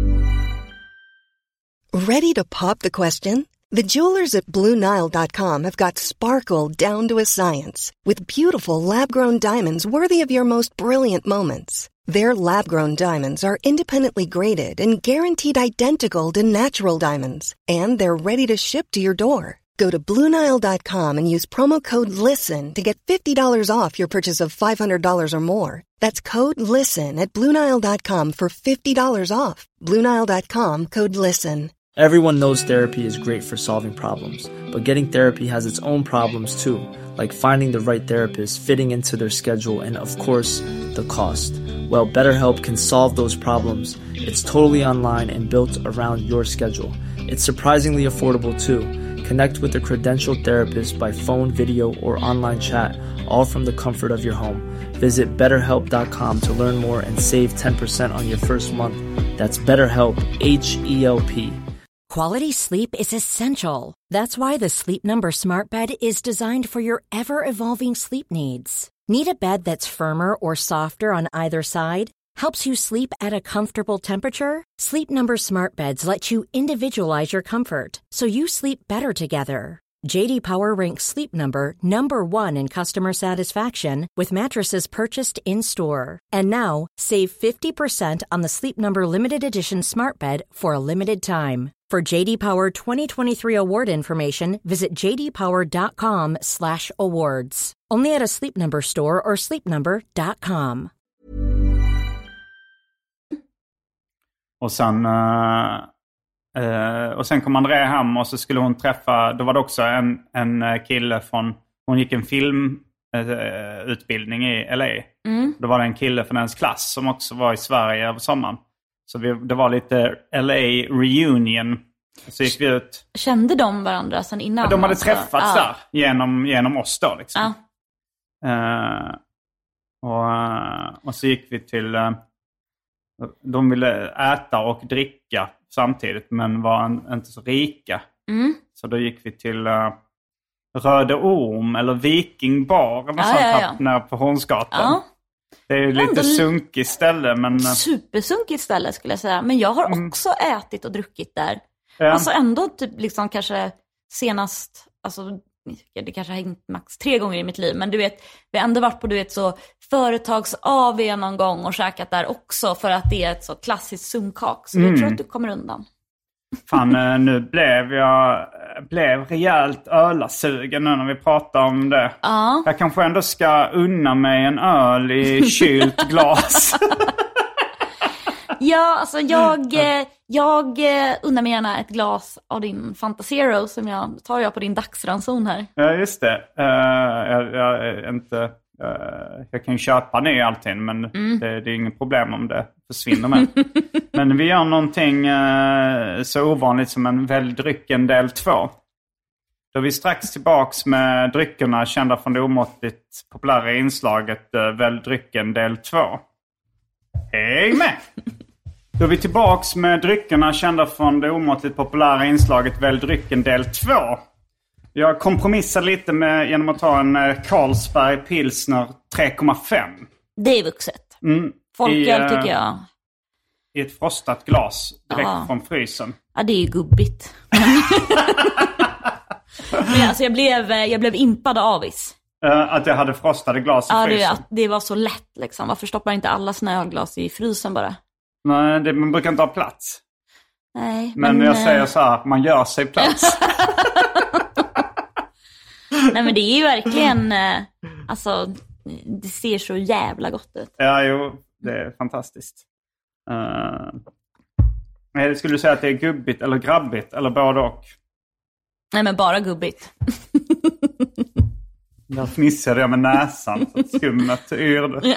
Ready to pop the question? The jewelers at Blue Nile dot com have got sparkle down to a science with beautiful lab-grown diamonds worthy of your most brilliant moments. Their lab-grown diamonds are independently graded and guaranteed identical to natural diamonds, and they're ready to ship to your door. Go to Blue Nile dot com and use promo code LISTEN to get fifty dollars off your purchase of five hundred dollars or more. That's code LISTEN at Blue Nile dot com for fifty dollars off. Blue Nile dot com, code LISTEN. Everyone knows therapy is great for solving problems, but getting therapy has its own problems too, like finding the right therapist, fitting into their schedule, and of course, the cost. Well, BetterHelp can solve those problems. It's totally online and built around your schedule. It's surprisingly affordable too. Connect with a credentialed therapist by phone, video, or online chat, all from the comfort of your home. Visit better help dot com to learn more and save ten percent on your first month. That's BetterHelp, H E L P. Quality sleep is essential. That's why the Sleep Number Smart Bed is designed for your ever-evolving sleep needs. Need a bed that's firmer or softer on either side? Helps you sleep at a comfortable temperature? Sleep Number Smart Beds let you individualize your comfort, so you sleep better together. J D Power ranks Sleep Number number one in customer satisfaction with mattresses purchased in-store. And now, save fifty percent on the Sleep Number Limited Edition Smart Bed for a limited time. For J D Power twenty twenty-three award information, visit j d power dot com slash awards. Only at a Sleep Number store or sleep number dot com. Och sen, uh, uh, och sen kom Andrea hem och så skulle hon träffa, då var det också en, en kille från, hon gick en filmutbildning uh, i L A. Mm. Då var det en kille från hennes klass som också var i Sverige över sommaren. Så vi, det var lite L A reunion. Så gick vi ut. Kände de varandra sen innan? Ja, de hade alltså. träffats ja. där genom, genom oss då liksom. Ja. Uh, och, och så gick vi till... Uh, de ville äta och dricka samtidigt men var en, inte så rika. Mm. Så då gick vi till uh, Röde Orm eller Viking Bar eller ja, sånt ja, ja. Här på Hornsgatan. Ja. Det är ju lite ändå sunkigt ställe. Men... Supersunkigt ställe skulle jag säga. Men jag har mm. också ätit och druckit där. Ja. Alltså ändå typ liksom kanske senast, alltså det kanske har hängt max tre gånger i mitt liv. Men du vet, vi har ändå varit på du vet så företags-A V någon gång och käkat där också för att det är ett så klassiskt sunkhak. Så mm. jag tror att du kommer undan. Fan, nu blev jag blev rejält ölasugen nu när vi pratar om det. Ja. Jag kanske ändå ska unna mig en öl i kylt glas. Ja, alltså jag, jag unnar mig gärna ett glas av din Fanta Zero som jag tar jag på din dagsranson här. Ja, just det. Uh, jag, jag, inte, uh, jag kan ju köpa ner allting, men mm. det, det är inget problem om det försvinner med. Men vi gör någonting uh, så ovanligt som en Välj drycken del två. Då är vi strax tillbaks med dryckerna kända från det omåttligt populära inslaget uh, Välj drycken del två. Häng med! Då är vi tillbaks med dryckerna kända från det omåttligt populära inslaget Välj drycken del två. Jag kompromissar lite med, genom att ta en Carlsberg Pilsner tre komma fem. Det är vuxet. Mm, Folköl i, tycker jag. I ett frostat glas direkt ja. från frysen. Ja, det är ju gubbigt. Men alltså jag blev, jag blev impad av avis. Uh, att jag hade frostade glas i ja, frysen. Ja, det, det var så lätt liksom. Varför stoppar inte alla sina ölglas i frysen bara? Nej, det, man brukar inte ha plats. Nej, men, men jag säger så här, man gör sig plats. Nej, men det är ju verkligen, alltså, det ser så jävla gott ut. Ja, jo, det är fantastiskt. Uh, skulle du säga att det är gubbigt eller grabbigt eller både och? Nej, men bara gubbigt. Där fnissade jag med näsan så att skummet yrde.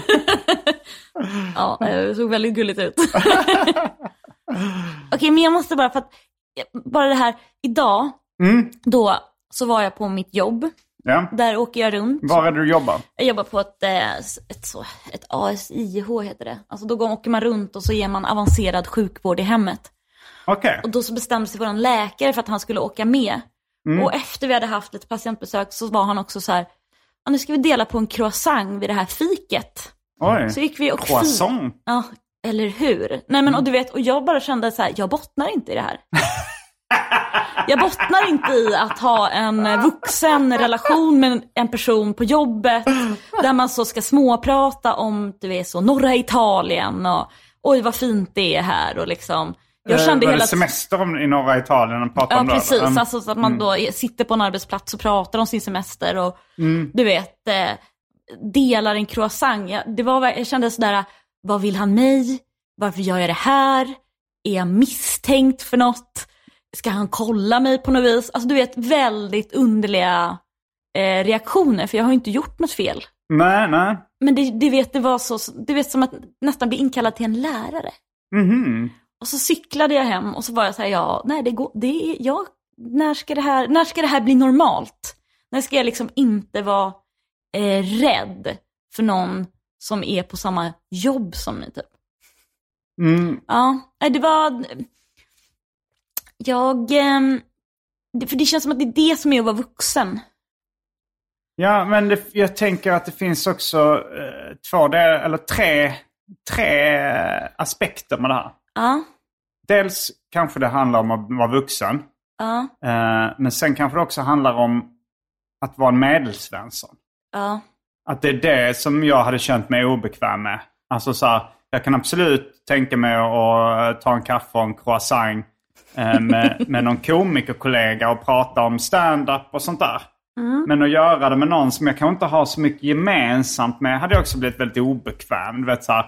Ja, det såg väldigt gulligt ut. Okej, okay, men jag måste bara, för att bara det här, idag, mm. då så var jag på mitt jobb. Ja. Där åker jag runt. Var är du jobbar? Jag jobbar på ett, ett, så, ett A S I H heter det. Alltså då åker man runt och så ger man avancerad sjukvård i hemmet. Okej. Okay. Och då så bestämde sig vår läkare för att han skulle åka med. Mm. Och efter vi hade haft ett patientbesök så var han också så här, ja, nu ska vi dela på en croissant vid det här fiket. Oj, så gick vi och croissant? Fik- ja, eller hur? Nej, men och du vet, och jag bara kände så här, jag bottnar inte i det här. Jag bottnar inte i att ha en vuxen relation med en person på jobbet där man så ska småprata om, du vet, så norra Italien och oj vad fint det är här och liksom. Jag kände eh, hela semester i norra Italien och pratar ja, om det. Ja, precis. Mm. Alltså, så att man då sitter på en arbetsplats och pratar om sin semester och mm. du vet, eh, delar en croissant. Jag, det var, jag kände sådär, vad vill han mig? Varför gör jag det här? Är jag misstänkt för något? Ska han kolla mig på något vis? Alltså du vet, väldigt underliga eh, reaktioner, för jag har ju inte gjort något fel. Nej, nej. Men det, det vet, det var så, det vet som att nästan bli inkallad till en lärare. Mhm. Och så cyklade jag hem och så var jag så här, ja, nej det går, det är, ja, när ska det här, när ska det här bli normalt? När ska jag liksom inte vara eh, rädd för någon som är på samma jobb som ni typ? Mm. Ja, det var, jag, eh, för det känns som att det är det som är att vara vuxen. Ja, men det, jag tänker att det finns också eh, två, det, eller tre, tre aspekter med det här. Ja. Dels kanske det handlar om att vara vuxen. Ja. Eh, men sen kanske det också handlar om att vara en medelsvensson. Ja. Att det är det som jag hade känt mig obekväm med. Alltså så här, jag kan absolut tänka mig att ta en kaffe och en croissant eh, med, med någon komikerkollega och prata om stand-up och sånt där. Mm. Men att göra det med någon som jag kanske inte har så mycket gemensamt med hade jag också blivit väldigt obekväm. Du vet så här,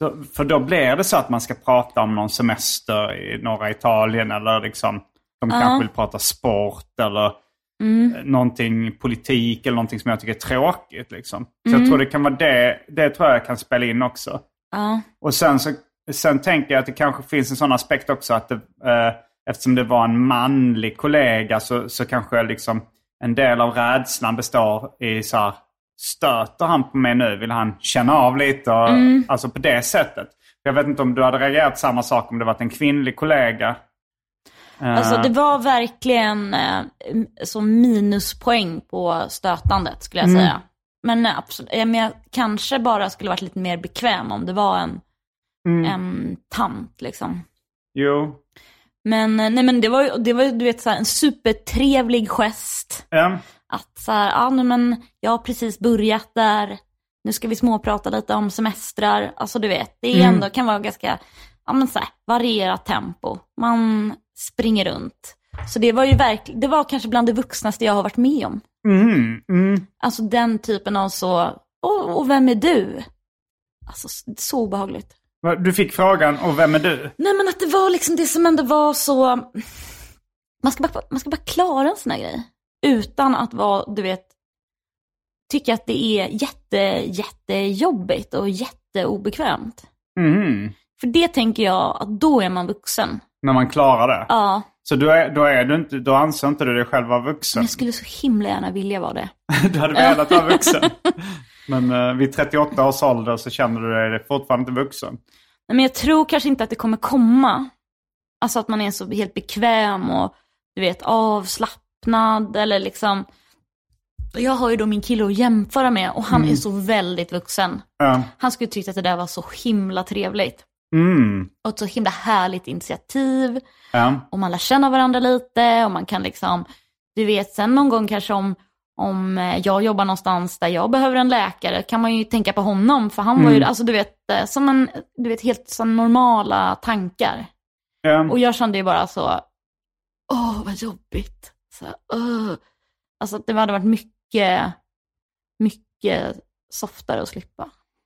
Då, för då blir det så att man ska prata om någon semester i norra Italien eller liksom, de ja. kanske vill prata sport eller mm. någonting politik eller någonting som jag tycker är tråkigt liksom. Så mm. jag tror det kan vara det, det tror jag kan spela in också. Ja. Och sen så sen tänker jag att det kanske finns en sån aspekt också att det, eh, eftersom det var en manlig kollega så, så kanske liksom en del av rädslan består i så här, stöter han på mig nu? Vill han känna av lite? Och, mm. Alltså på det sättet. Jag vet inte om du hade reagerat samma sak om det var en kvinnlig kollega. Alltså det var verkligen eh, så minuspoäng på stötandet skulle jag mm. säga. Men, absolut, men jag kanske bara skulle varit lite mer bekväm om det var en, mm. en tant liksom. Jo. Men, nej, men det var ju det var, du vet, så här, en supertrevlig gest. Ja. Att så här, ja, men jag har precis börjat där. Nu ska vi småprata lite om semestrar. Alltså du vet, det är mm. ändå kan vara ganska ja, men så här, varierat tempo. Man springer runt. Så det var ju verkligen, det var kanske bland det vuxnaste jag har varit med om. Mm. Mm. Alltså den typen av så, och, och vem är du? Alltså så obehagligt. Du fick frågan, och vem är du? Nej, men att det var liksom det som ändå var så, man ska bara, man ska bara klara en sån här grej. Utan att vara, du vet, tycka att det är jätte, jättejobbigt och jätteobekvämt. Mm. För det tänker jag att då är man vuxen. När man klarar det? Ja. Så då, är, då, är du inte, då anser inte du dig själv vara vuxen? Men jag skulle så himla gärna vilja vara det. Du hade velat vara vuxen. Men uh, vid trettioåtta års ålder så känner du dig fortfarande inte vuxen. Nej, men jag tror kanske inte att det kommer komma. Alltså att man är så helt bekväm och du vet avslappnad eller liksom. Jag har ju då min kille att jämföra med och han mm. är så väldigt vuxen. Ja. Han skulle tycka att det där var så himla trevligt. Mm. Och ett så himla härligt initiativ. Ja. Och man lär känna varandra lite och man kan liksom, du vet sen någon gång kanske om Om jag jobbar någonstans där jag behöver en läkare kan man ju tänka på honom. För han mm. var ju, alltså du vet, som en, du vet helt så normala tankar. Ja. Och jag kände ju bara så, åh vad jobbigt. Så, åh. Alltså det hade varit mycket, mycket softare att slippa.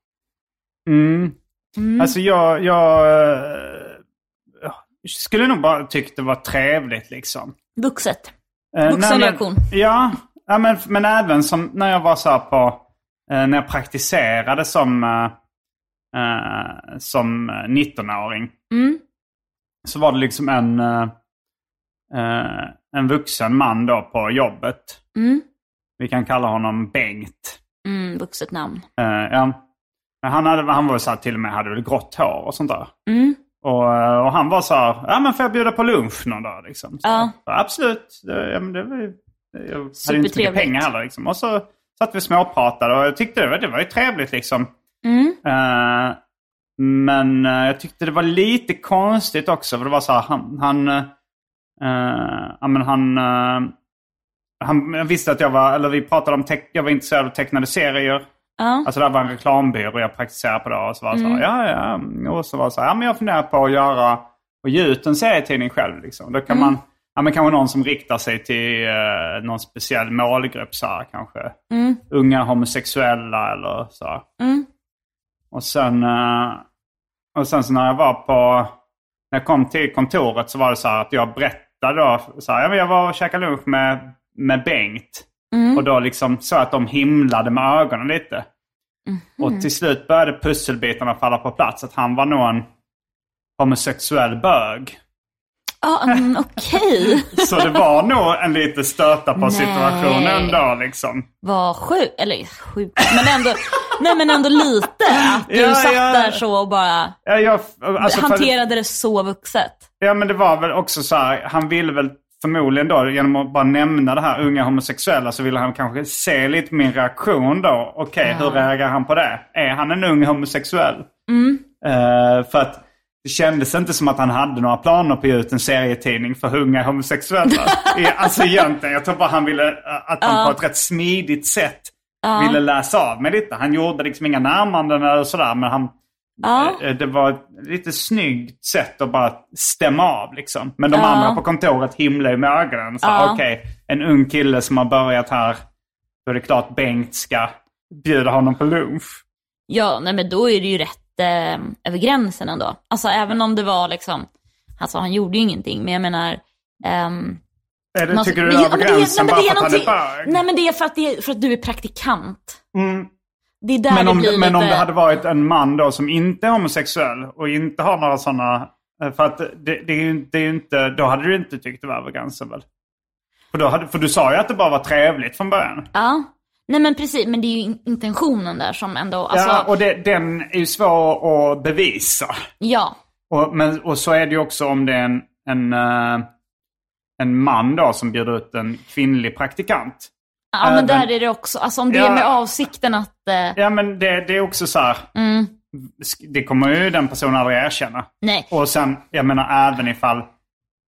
Mm. Mm. Alltså jag, jag, jag skulle nog bara tycka det var trevligt liksom. Vuxet. Eh, Vuxen nej, reaktion. Men, ja. Ja, men, men även som när jag var så här på, eh, när jag praktiserade som, eh, som nittonåring. Mm. Så var det liksom en, eh, en vuxen man då på jobbet. Mm. Vi kan kalla honom Bengt. Mm, vuxet namn. Eh, ja. Men han, hade, han var så här, till och med hade väl grått hår och sånt där. Mm. Och, och han var så här, ja men får jag bjuda på lunch någon dag liksom. Så, ja. Så, absolut, det, ja, men det var ju... Jag hade inte mycket pengar heller liksom. Och så satt vi småpratade och jag tyckte det var, det var ju trevligt liksom. Mm. Uh, men uh, jag tyckte det var lite konstigt också. För det var så här, han... han uh, uh, men han, uh, han visste att jag var... Eller vi pratade om... Te- jag var intresserad av tecknade serier. Uh. Alltså det var en reklambyrå jag praktiserade på då. Och så var det mm. så här, ja ja. Och så var det så här, ja men jag funderar på att göra... Och ge ut en serietidning själv liksom. Då kan mm. man... Ja, men kanske någon som riktar sig till eh, någon speciell målgrupp så här, kanske. Mm. Unga homosexuella eller så här. Mm. Och sen eh, och sen så när jag var på när jag kom till kontoret så var det så här att jag berättade då så här, ja, men jag var och käkade lunch med med Bengt. Mm. Och då liksom så att de himlade med ögonen lite. Mm. Och till slut började pusselbitarna falla på plats att han var nog en homosexuell bög. Ja, ah, um, okej. Okay. Så det var nog en lite stöta på situationen då liksom. Vad sjukt, eller sjukt, men ändå, nej men ändå lite. Att du ja, satt ja. där så och bara ja, jag, alltså, hanterade för, det så vuxet. Ja, men det var väl också så här, han ville väl förmodligen då, genom att bara nämna det här unga homosexuella så ville han kanske se lite min reaktion då. Okej, okay, ja. Hur reagerar han på det? Är han en ung homosexuell? Mm. Uh, för att det kändes inte som att han hade några planer på att ge ut en serietidning för unga homosexuella. Alltså egentligen, jag tror bara han ville att han uh. på ett rätt smidigt sätt uh. ville läsa av med lite. Han gjorde liksom inga närmanden eller sådär, men han, uh. det var ett lite snyggt sätt att bara stämma av liksom. Men de uh. andra på kontoret himlade med ögonen. Så uh. okej, okay, en ung kille som har börjat här, då är det klart Bengt ska bjuda honom på lunch. Ja, nej men då är det ju rätt lite över gränsen ändå. Alltså även om det var liksom, alltså han gjorde ju ingenting, men jag menar... Um, är det, man, tycker du det är över gränsen bara för att han är bög? Nej, men det är för att, det är för att du är praktikant. Mm. Det är där men om, det blir men lite... om det hade varit en man då som inte är homosexuell och inte har några sådana... För att det, det, är ju, det är ju inte... Då hade du inte tyckt det var över gränsen väl? För, då hade, för du sa ju att det bara var trevligt från början. Ja, nej men precis. Men det är ju intentionen där som ändå... Alltså... Ja, och det, den är ju svår att bevisa. Ja. Och, men, och så är det ju också om det är en, en, uh, en man då som bjuder ut en kvinnlig praktikant. Ja, men där är det också, alltså om det ja, är med avsikten att... Uh... Ja, men det, det är också så här, mm. det kommer ju den personen aldrig erkänna. Nej. Och sen, jag menar även ifall, uh,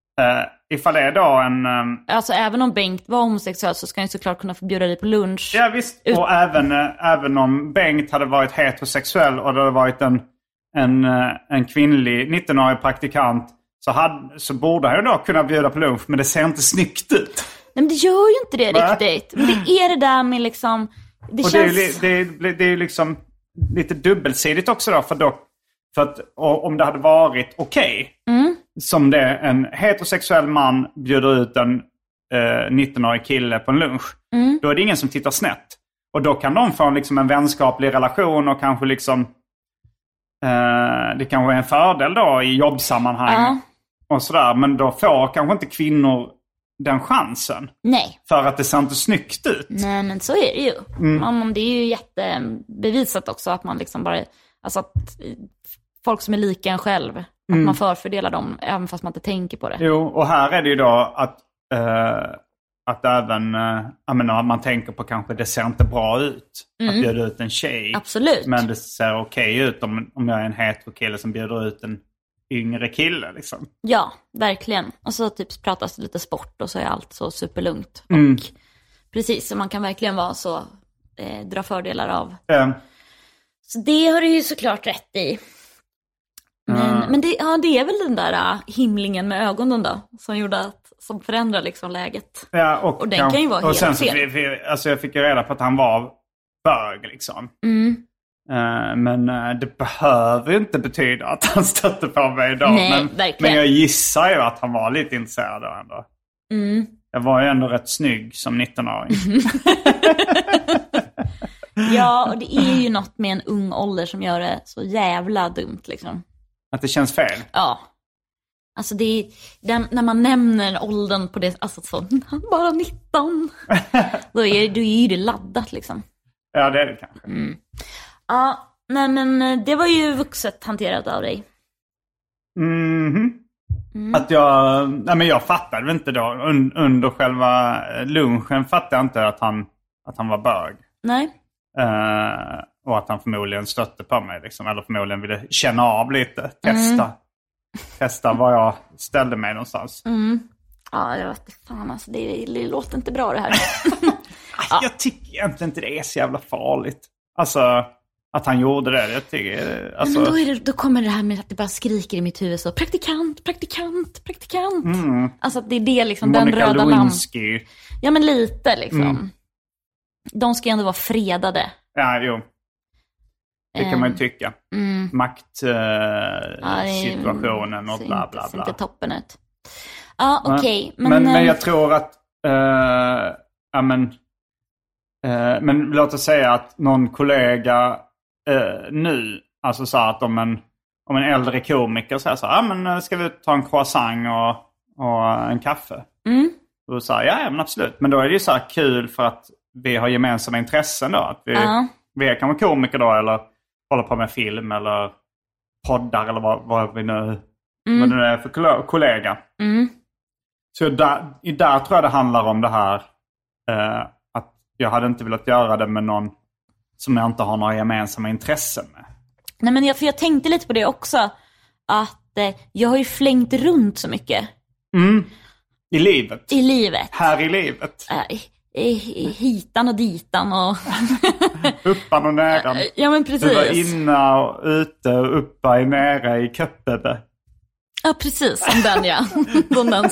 ifall det är då en... Um... Alltså även om Bengt var homosexuell så ska han såklart kunna förbjuda dig på lunch. Ja visst, Ut... och även, uh, även om Bengt hade varit heterosexuell och det hade varit en, en, uh, en kvinnlig nittonårig praktikant så, hade, så borde han ju då kunna bjuda på lunch, men det ser inte snyggt ut. Nej, men det gör ju inte det Nä. riktigt. Men det är det där med liksom... Det och känns... det är ju det är, det är liksom lite dubbelsidigt också då. För, då, för att om det hade varit okej, okay, mm. som det en heterosexuell man bjuder ut en eh, nittonårig kille på en lunch, mm. då är det ingen som tittar snett. Och då kan de få liksom en vänskaplig relation och kanske liksom... Eh, det kanske är en fördel då i jobbsammanhang. Ja. Och sådär. Men då får kanske inte kvinnor den chansen. Nej. För att det ser inte snyggt ut. Nej, men så är det ju. Mm. Man, det är ju jättebevisat också att man liksom bara... Alltså att folk som är lika en själv, att mm. man förfördelar dem även fast man inte tänker på det. Jo, och här är det ju då att, uh, att även... Uh, jag menar, man tänker på kanske det ser inte bra ut mm. att bjuda ut en tjej. Absolut. Men det ser okej ut om, om jag är en hetero kille som bjuder ut en yngre kille liksom. Ja, verkligen. Och så typ pratas det lite sport och så är allt så superlugnt. Mm. Och precis, så man kan verkligen vara så, eh, dra fördelar av. Mm. Så det har du ju såklart rätt i. Men, mm. men det, ja, det är väl den där uh, himlingen med ögonen då, som gjorde att, som förändrar liksom läget. Ja, och, och den kan, kan ju vara och helt sen så fel. vi, vi, alltså jag fick ju reda på att han var bög liksom. Mm. Uh, men uh, det behöver ju inte betyda att han stötte på mig idag. Nej, men, verkligen. men jag gissar ju att han var lite intresserad då ändå. Mm. Jag var ju ändå rätt snygg som nittonåring. Ja, och det är ju något med en ung ålder som gör det så jävla dumt liksom. Att det känns fel? Ja. Alltså det är, den, när man nämner åldern på det, alltså så, bara nitton. då, är, då är det laddat liksom. Ja, det är det kanske. Mm. Ja, nej men det var ju vuxet hanterat av dig. Mm-hmm. Mm. Att jag, nej men jag fattade väl inte då, un, under själva lunchen fattade jag inte att han, att han var bög. Nej. Uh, och att han förmodligen stötte på mig liksom, eller förmodligen ville känna av lite, testa. Mm. Testa var jag ställde mig någonstans. Mm. Ja, jag vet fan alltså, det, det låter inte bra det här. ja. Jag tycker egentligen inte det är så jävla farligt. Alltså, att han gjorde det. Jag tycker, alltså... Men då, är det, då kommer det här med att det bara skriker i mitt huvud så, praktikant, praktikant, praktikant. Mm. Alltså att det är det liksom, Monica den röda Lewinsky. lampan. Ja, men lite liksom. Mm. De ska ju ändå vara fredade. Ja, jo. Det kan man ju tycka. Mm. Maktsituationen uh, ja, och bla bla bla. Det ser inte toppen ut. Ja, okej. Okay, men, men, men jag tror att... Uh, ja, men, uh, men låt oss säga att någon kollega uh, nu... Alltså så att om en, om en äldre komiker säger så här... Ja, men ska vi ta en croissant och, och en kaffe? Mm. Och då säger ja, ja, men absolut. Men då är det ju så här kul för att vi har gemensamma intressen då. Att vi, uh. vi är kanske komiker då eller... håller på med film eller poddar eller vad, vad vi nu mm. vad det är för kollega. Mm. Så där, där tror jag det handlar om det här eh, att jag hade inte velat göra det med någon som jag inte har några gemensamma intressen med. Nej, men jag, för jag tänkte lite på det också att eh, jag har ju flängt runt så mycket. Mm. I livet. I livet. Här i livet. Äh, i, i hitan och ditan och... uppan och näran. Ja, men precis. Du var inne och ute och uppa i nära i Köppede. Ja, precis. Som den, ja. Som den.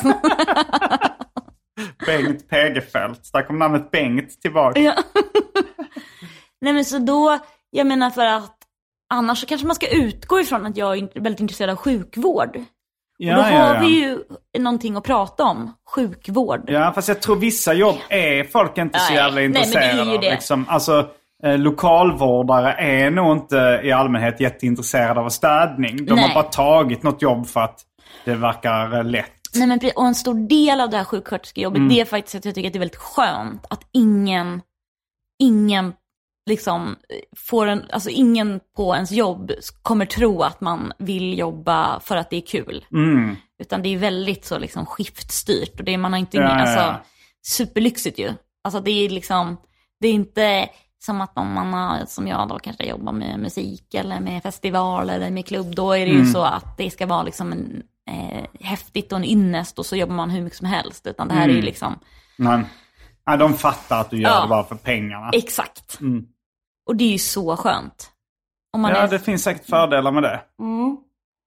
Bengt Pegefält. Där kom namnet Bengt tillbaka. Ja. Nej, men så då... Jag menar för att annars så kanske man ska utgå ifrån att jag är väldigt intresserad av sjukvård. Ja, och då ja, har ja. vi ju någonting att prata om. Sjukvård. Ja, fast jag tror vissa jobb är folk inte så Nej, jävla nej, men det är intresserade ju av. det. Liksom, alltså, eh, lokalvårdare är nog inte i allmänhet jätteintresserade av städning. De Nej. har bara tagit något jobb för att det verkar eh, lätt. Nej, men, och en stor del av det här sjuksköterskejobbet, Mm. det är faktiskt att jag tycker att det är väldigt skönt att ingen, ingen liksom får en, alltså ingen på ens jobb kommer tro att man vill jobba för att det är kul. Mm. Utan det är väldigt så liksom skiftstyrt och det är, man har inte, Ja, ingen, ja, alltså ja. superlyxigt ju. Alltså det är liksom, det är inte som att om man har, som jag då kanske jobbar med musik eller med festival eller med klubb, då är det ju Mm. så att det ska vara liksom en eh, häftigt och en ynnest och så jobbar man hur mycket som helst. Utan det här Mm. är ju liksom... Men, nej, de fattar att du gör Ja. det bara för pengarna. Exakt. Mm. Och det är ju så skönt. Om man Ja, är... det finns säkert fördelar med det. Mm.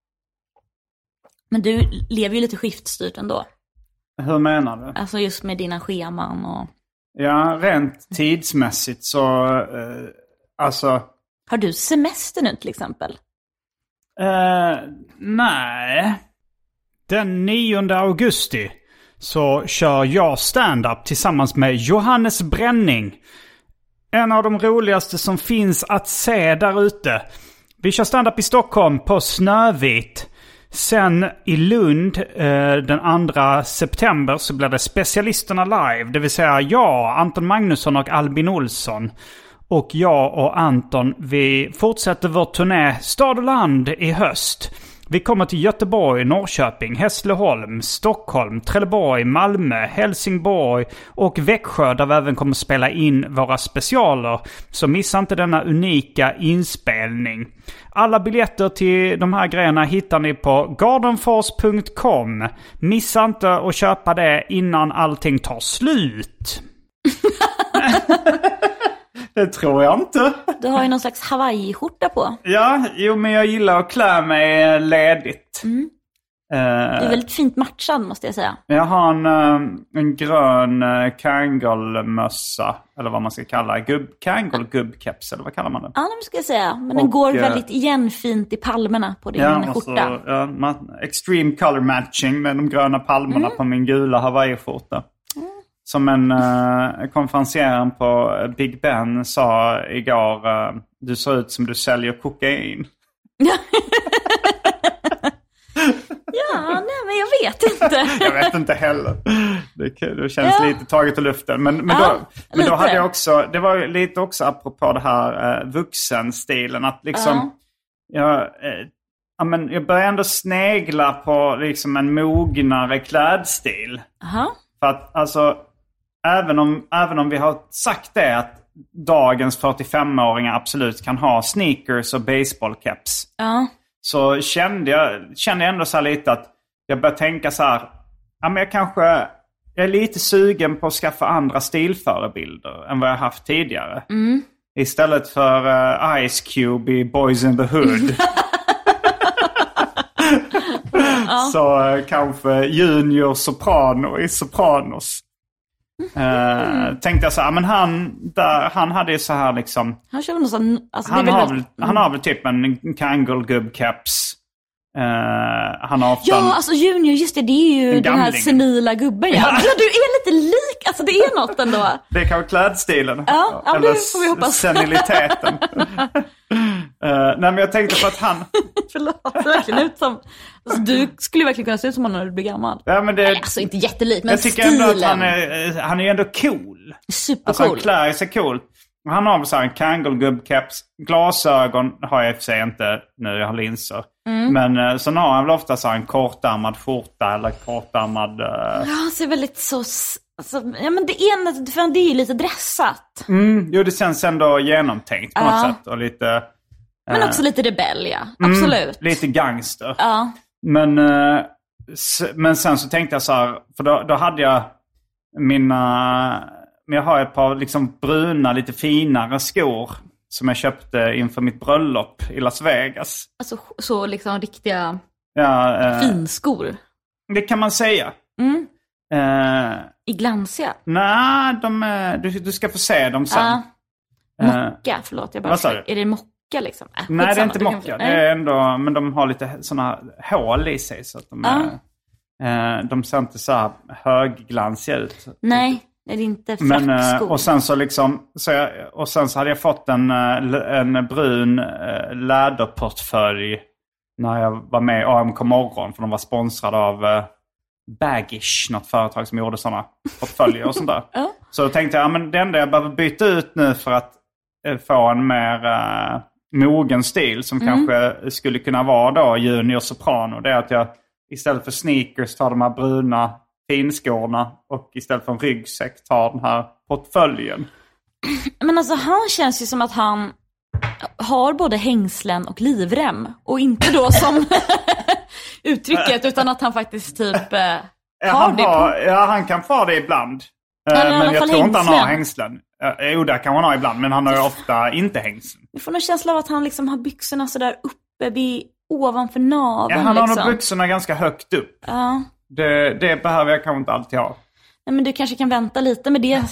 Men du lever ju lite skiftstyrt ändå. Hur menar du? Alltså just med dina scheman och... Ja, rent tidsmässigt så... Eh, alltså... Har du semester nu till exempel? Eh, nej. Den nionde augusti så kör jag stand-up tillsammans med Johannes Bränning. En av de roligaste som finns att se där ute. Vi kör stand-up i Stockholm på Snövit. Sen i Lund eh, den andra september så blir det Specialisterna live. Det vill säga jag, Anton Magnusson och Albin Olsson. Och jag och Anton, vi fortsätter vår turné Stad och land i höst. Vi kommer till Göteborg, Norrköping, Hässleholm, Stockholm, Trelleborg, Malmö, Helsingborg och Växjö där vi även kommer spela in våra specialer. Så missa inte denna unika inspelning. Alla biljetter till de här grejerna hittar ni på gardenfors punkt com. Missa inte att köpa det innan allting tar slut. Det tror jag inte. Du har ju någon slags Hawaii-skjorta på. Ja, jo men jag gillar att klä mig ledigt. Mm. Uh, Du är väldigt fint matchad måste jag säga. jag har en, uh, en grön uh, Kangol-mössa. Eller vad man ska kalla gubb, Kangol-gubbkeps. Eller vad kallar man det? Ja, det ska jag säga. Men Och, den går eh, väldigt igenfint i palmerna på din Ja, och skjorta. så, ja, ma- extreme color matching med de gröna palmerna Mm. på min gula Hawaii-skjorta. Som en uh, konferencier på Big Ben sa igår, uh, du ser ut som du säljer kokain. Ja, nej men jag vet inte. Jag vet inte heller. Det, det känns Ja. lite taget ur luften. Men, men, Ja, då, men då lite. hade jag också, det var ju lite också apropå det här uh, vuxenstilen. Att liksom, jag, uh, ja, men jag börjar ändå snegla på liksom en mognare klädstil. Aha. För att alltså, även om, även om vi har sagt det att dagens fyrtiofemåringar absolut kan ha sneakers och baseballcaps. Ja. Så kände jag, kände jag ändå så här lite att jag började tänka så här, ja men jag kanske, jag är lite sugen på att skaffa andra stilförebilder än vad jag haft tidigare. Mm. Istället för uh, Ice Cube i Boys in the Hood. Så uh, kanske Junior Soprano i Sopranos. Uh, tänkte jag så här, men han, där, han hade ju så här liksom... Han kör någon sån, alltså Han det är har, väl... väl, han har väl typ en Kangol-gubb-caps. Uh, han har ofta... Ja, alltså Junior, just det, det är ju En den här gamling. senila gubben. Ja. Ja, du är lite lik, alltså det är något ändå. Det är kanske klädstilen. Ja, ja, Eller det får vi hoppas. seniliteten. uh, nej, men jag tänkte på att han... Förlåt, det ser verkligen ut som... Alltså, du skulle ju verkligen kunna se ut som han när du blir gammal. Ja, men det, Nej, alltså inte jättelik, men jag tycker stilen. ändå att han är, han är ändå cool. Supercool. Alltså han klär sig cool. Han har väl så här en Kangol-gubb-caps. Glasögon har jag i och för sig inte nu, jag har linser. Mm. Men uh, så har han väl ofta så här en kortärmad skjorta eller kortärmad... Uh... Ja, han ser väldigt så... Alltså, ja, men det är, för det är ju lite dressat. Mm, jo, det känns ändå genomtänkt på Ja. något sätt. Och lite... Men också lite rebell, ja. Absolut. Mm, lite gangster. Ja. Men, uh, s- men sen så tänkte jag så här, för då, då hade jag mina... Men jag har ett par liksom bruna, lite finare skor som jag köpte inför mitt bröllop i Las Vegas. Alltså så liksom riktiga Ja, uh, finskor. det kan man säga. Mm. Uh, I glansiga. Nej, de är, du, du ska få se dem sen. Ja. Uh, Mocka, förlåt. Jag bara vad sa du? Är det mocka mocka liksom. Äh, Nej, det är inte du kan- mocka. Det nej. är ändå, men de har lite såna hål i sig så att de, Ja. är, eh, de ser inte så här högglansiga ut. Nej, det är inte Men, eh, frackskor. och sen så liksom så jag, och sen så hade jag fått en, eh, en brun eh, läderportfölj när jag var med i A M K Morgon, för de var sponsrade av eh, Baggish, något företag som gjorde sådana portföljer och sånt där. Ja. Så då tänkte jag, ja, men det enda jag behöver byta ut nu för att eh, få en mer eh, mogen stil som Mm. kanske skulle kunna vara då junior soprano, det är att jag istället för sneakers tar de här bruna finskorna och istället för en ryggsäck tar den här portföljen. Men alltså han känns ju som att han har både hängslen och livrem. Och inte då som uttrycket, utan att han faktiskt typ eh, har Ja, han, det har, på. ja, han kan få det ibland. Eh, Han har i alla men jag fall tror inte han har hängslen. hängslen. Eh, Jo, det kan han ha ibland, men han har ju ofta inte hängslen. Jag får någon känsla av att han liksom har byxorna sådär uppe vid, ovanför naveln. Ja, han har liksom. nog byxorna ganska högt upp. Ja. Det, det behöver jag kanske inte alltid ha. Nej, men du kanske kan vänta lite med det.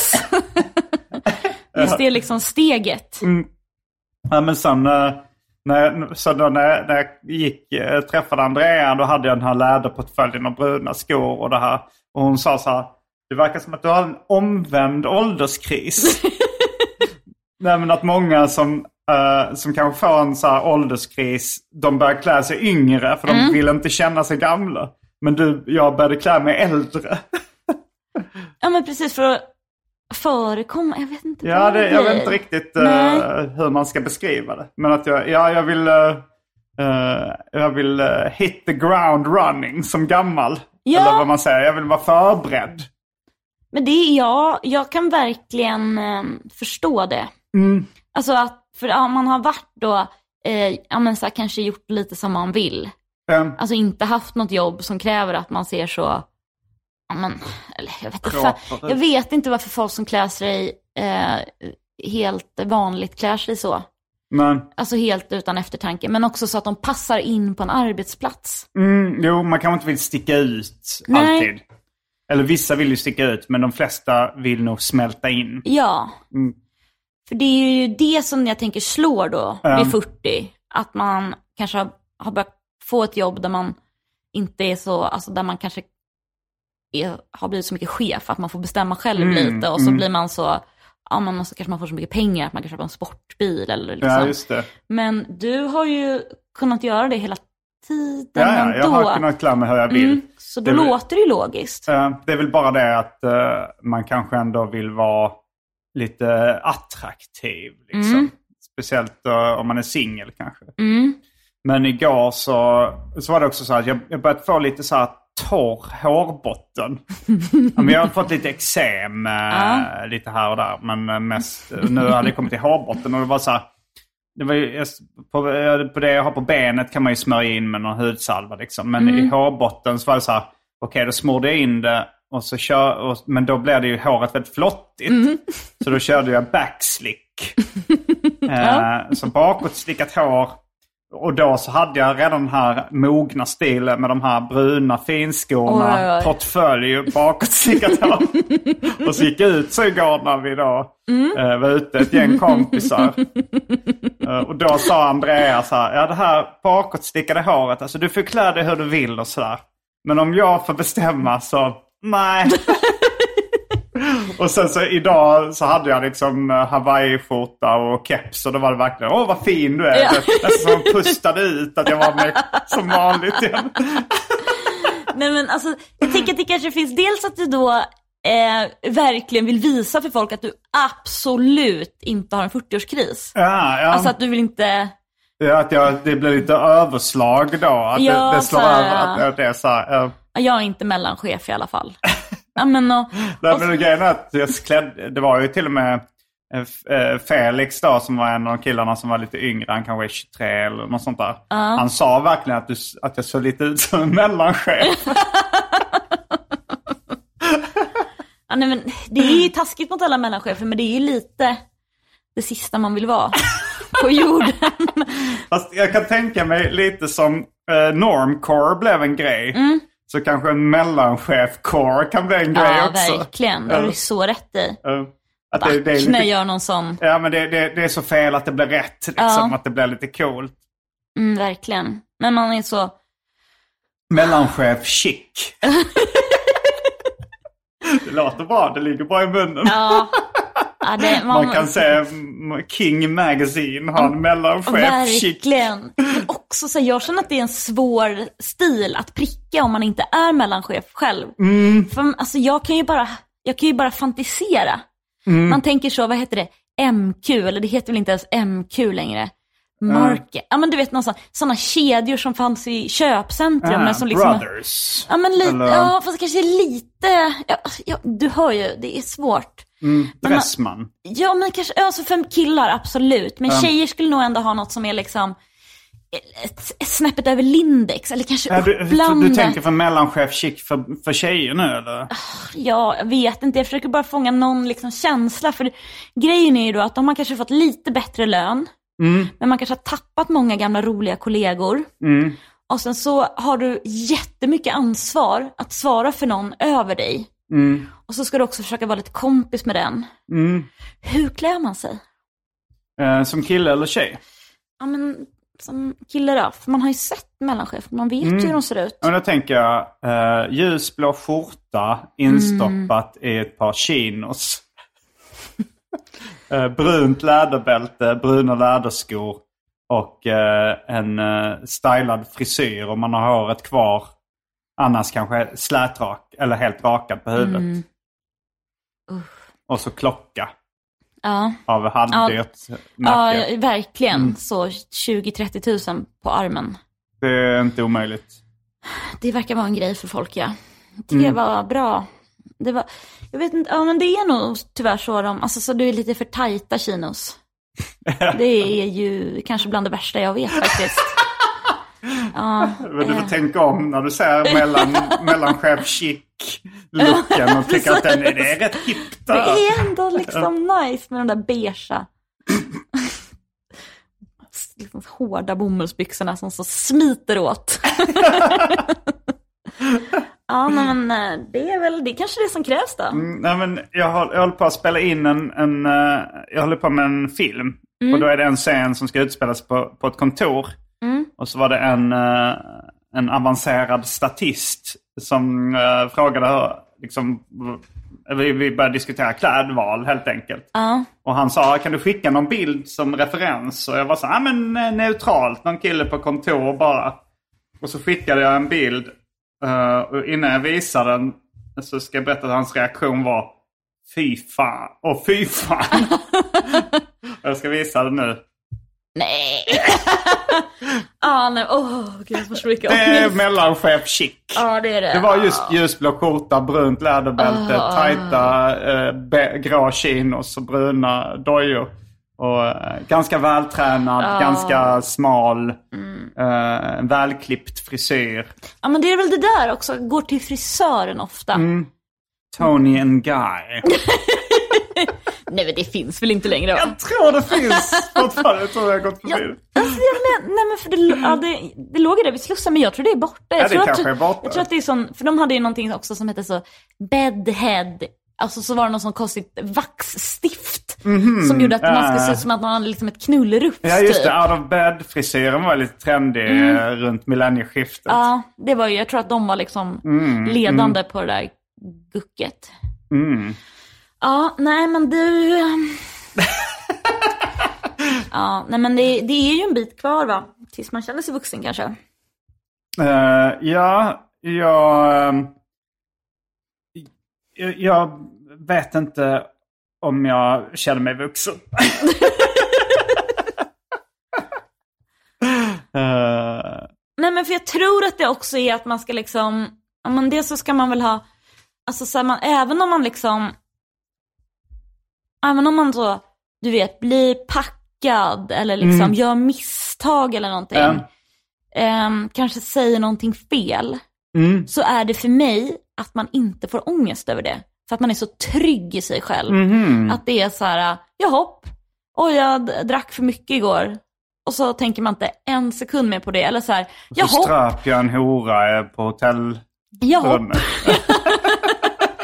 Just det liksom steget. Mm. Ja, men sen, eh, när, så då när, när jag gick, eh, träffade Andrea, då hade jag den här läderportföljen och bruna skor och det här. Och hon sa så här, det verkar som att du har en omvänd ålderskris. Nej, men att många som, eh, som kanske får en så här ålderskris, de börjar klä sig yngre för de Mm. vill inte känna sig gamla. Men du, jag började klä mig äldre. Ja, men precis, för att förekomma. Jag vet inte Ja, vad det, jag vet blir. inte riktigt Nej. uh, hur man ska beskriva det. Men att jag, ja, jag vill, uh, uh, jag vill uh, hit the ground running som gammal. Ja. Eller vad man säger, jag vill vara förberedd. Men det är jag, jag kan verkligen eh, förstå det. Mm. Alltså att, för ja, man har varit då, eh, ja men så här, kanske gjort lite som man vill. Um, Alltså inte haft något jobb som kräver att man ser så, ja men, eller jag vet inte, fan, Proper. jag vet inte varför folk som klär sig eh, helt vanligt klär sig så. men, Alltså helt utan eftertanke, men också så att de passar in på en arbetsplats. mm, jo, man kanske inte vill sticka ut Nej. alltid. Eller vissa vill ju sticka ut, men de flesta vill nog smälta in. Ja, Mm. för det är ju det som jag tänker slår då Ja. vid fyrtio. Att man kanske har, har börjat få ett jobb där man inte är så, alltså där man kanske är, har blivit så mycket chef att man får bestämma själv Mm, lite. Och så mm. blir man så, ja man måste, kanske man får så mycket pengar att man kan köpa en sportbil eller liksom. Ja, just det. Men du har ju kunnat göra det hela tiden Ja, ja, ändå. jag har kunnat klä mig hur jag vill. Mm, så då Det är väl- låter det ju logiskt. Eh, Det är väl bara det att eh, man kanske ändå vill vara lite attraktiv. Liksom. Mm. Speciellt eh, om man är singel kanske. Mm. Men igår så, så var det också så att jag, jag börjat få lite så här torr hårbotten. Ja, men jag har fått lite eksem eh, Ja. lite här och där. Men eh, mest, nu hade det kommit till hårbotten och det var så här. Det var ju, på, på det jag har på benet kan man ju smörja in med någon hudsalva liksom. Men Mm. i hårbotten så var det så här, okej okay, då smorde jag in det och så kör, och, men då blev det ju håret väldigt flottigt. Mm. Så då körde jag backslick. eh, så bakåtslickat hår. Och då så hade jag redan den här mogna stilen med de här bruna finskorna, Oj, oj, oj. portfölj, bakåtslickat hår. Och så gick jag ut så igår när vi då Mm. eh, var ute ett gäng kompisar. Eh, och då sa Andrea så här, ja det här bakåtstickade håret, alltså du får klä dig hur du vill och sådär. Men om jag får bestämma så, nej. Och sen så idag så hade jag liksom Hawaii-skjorta och keps och då var det verkligen, åh vad fin du är. Ja. Det nästan som pustade ut att jag var med som vanligt igen. Nej men alltså, jag tänker att det kanske finns dels att du då eh, verkligen vill visa för folk att du absolut inte har en fyrtioårskris. Ja, ja. Alltså att du vill inte... Ja, att jag, det blir lite överslag då. Att Ja, det, det slår så här, över. Att det är så här, eh, Jag är inte mellanchef i alla fall. Ja, men, och, Nej, och, men grejen är att jag klädde, det var ju till och med eh, Felix då som var en av de killarna som var lite yngre. Han kanske är tjugotre eller något sånt där. Han sa verkligen att, du, att jag såg lite ut som en mellanchef. ja, nej, men, det är ju taskigt mot alla mellanchefer, men det är ju lite det sista man vill vara på jorden. Fast jag kan tänka mig lite som eh, normcore blev en grej. Mm. Så kanske en mellanchef-core kan bli en grej Ja, också. verkligen. Det har du så rätt i. Eh, Att back det, det är lite, när jag gör någon sån. Ja, men det, det, det är så fel att det blir rätt. Liksom, ja. Att det blir lite coolt. Mm, verkligen. Men man är så... Mellanchef chic. Det låter bra, det ligger bra i munnen. Ja. Ja, det, man, man kan se King Magazine har en mellanchef verkligen. chic. Men också så jag känner att det är en svår stil att pricka om man inte är mellanchef själv. Mm. För alltså jag kan ju bara jag kan ju bara fantisera. Mm. Man tänker så, vad heter det? M Q, eller det heter väl inte ens M Q längre. Market. Mm. Ja, men du vet någon sån, såna kedjor som fanns i köpcentrum. Ah, som liksom, Brothers. Ja, men lite, eller... ja, fast kanske lite, ja, ja, du hör ju, det är svårt. Mm, Dressman. Man, ja, men kanske, alltså för killar, absolut. Men um. tjejer skulle nog ändå ha något som är liksom ett, ett snäppet över Lindex. Eller kanske ja, du, uppblandat. Du tänker för mellanchef chic för, för tjejer nu, eller? Ja, jag vet inte. Jag försöker bara fånga någon liksom känsla. För grejen är ju då att de har kanske fått lite bättre lön. Mm. Men man kanske har tappat många gamla roliga kollegor. Mm. Och sen så har du jättemycket ansvar att svara för någon över dig. Mm. Och så ska du också försöka vara lite kompis med den. Mm. Hur klär man sig? Eh, som kille eller tjej? Ja, men som kille då. För man har ju sett mellanchef. Man vet mm. ju hur de ser ut. Ja, men då tänker jag eh, ljusblå skjorta instoppat mm. i ett par chinos. eh, brunt läderbälte, bruna läderskor och eh, en eh, stylad frisyr om man har håret kvar. Annars kanske slätrak eller helt rakad på huvudet. Mm. Uh. Och så klocka. Ja. Av halvdyrt ja. märke. Ja, verkligen. Mm. Så tjugo till trettio tusen på armen. Det är inte omöjligt. Det verkar vara en grej för folk, ja. Det mm. var bra. Det var, jag vet inte, ja men det är nog tyvärr så de, alltså så du är lite för tajta chinos. Det är ju kanske bland det värsta jag vet faktiskt. Ja, men du får äh. tänka om när du ser mellan, mellanchef chic-looken och tycker att den är, det är rätt hippt. Det är ändå liksom nice med de där beigea liksom hårda bomullsbyxorna som så smiter åt. Ja, men det är väl det är kanske det som krävs då. Mm, nej, men jag, håller, jag håller på att spela in en, en jag håller på med en film. Mm. Och då är det en scen som ska utspelas på, på ett kontor. Mm. Och så var det en, en avancerad statist som uh, frågade liksom, vi, vi började diskutera klädval helt enkelt. Uh. Och han sa, kan du skicka någon bild som referens? Och jag var så här, men neutralt, någon kille på kontor bara. Och så skickade jag en bild. Uh, och innan jag visade den så ska jag berätta att hans reaktion var fy fan. Och fy fan. Jag ska visa det nu. Nej. ah, nej. Åh, gud, jag får mycket det är mellanchef chic. Ja, ah, det är det. Det var just ljusblå skjorta, brunt läderbälte, ah. tajta eh, be- grå chinos och bruna dojor. Och eh, ganska vältränad, ah. ganska smal, mm. eh, välklippt frisyr. Ja, men det är väl det där också. Går till frisören ofta. Mm. Tony and Guy. Nej, men det finns väl inte längre? Va? Jag tror det finns. Fortfarande, jag tror jag har gått förbi. Ja, alltså, jag men, nej, men för det, ja, det, det låg ju där vid Slussen, men jag tror det är borta. Jag ja, det tror kanske att, är borta. Jag tror att det är sån, för de hade ju någonting också som hette så bedhead. Alltså så var det någon sån konstigt vaxstift mm-hmm. som gjorde att man skulle se ut som att man hade liksom ett knullruff. Ja, just det. Out of bed-frisyren var lite trendig mm. runt millennieskiftet. Ja, det var ju, jag tror att de var liksom mm. ledande mm. på det där gucket. Mm. Ja, nej men du... ja, nej men det, det är ju en bit kvar va? Tills man känner sig vuxen kanske. Uh, ja, jag... Jag, jag vet inte om jag känner mig vuxen. uh... Nej men för jag tror att det också är att man ska liksom... Ja, men det så ska man väl ha... Alltså så här, man, även om man liksom... Även om man så, du vet, blir packad eller liksom mm. gör misstag eller någonting. Mm. Um, kanske säger någonting fel. Mm. Så är det för mig att man inte får ångest över det. För att man är så trygg i sig själv. Mm. Att det är så här, ja hopp. Oj, jag drack för mycket igår. Och så tänker man inte en sekund mer på det. Eller så här, ja hopp. Så ströp jag en hora på hotell. Ja hopp.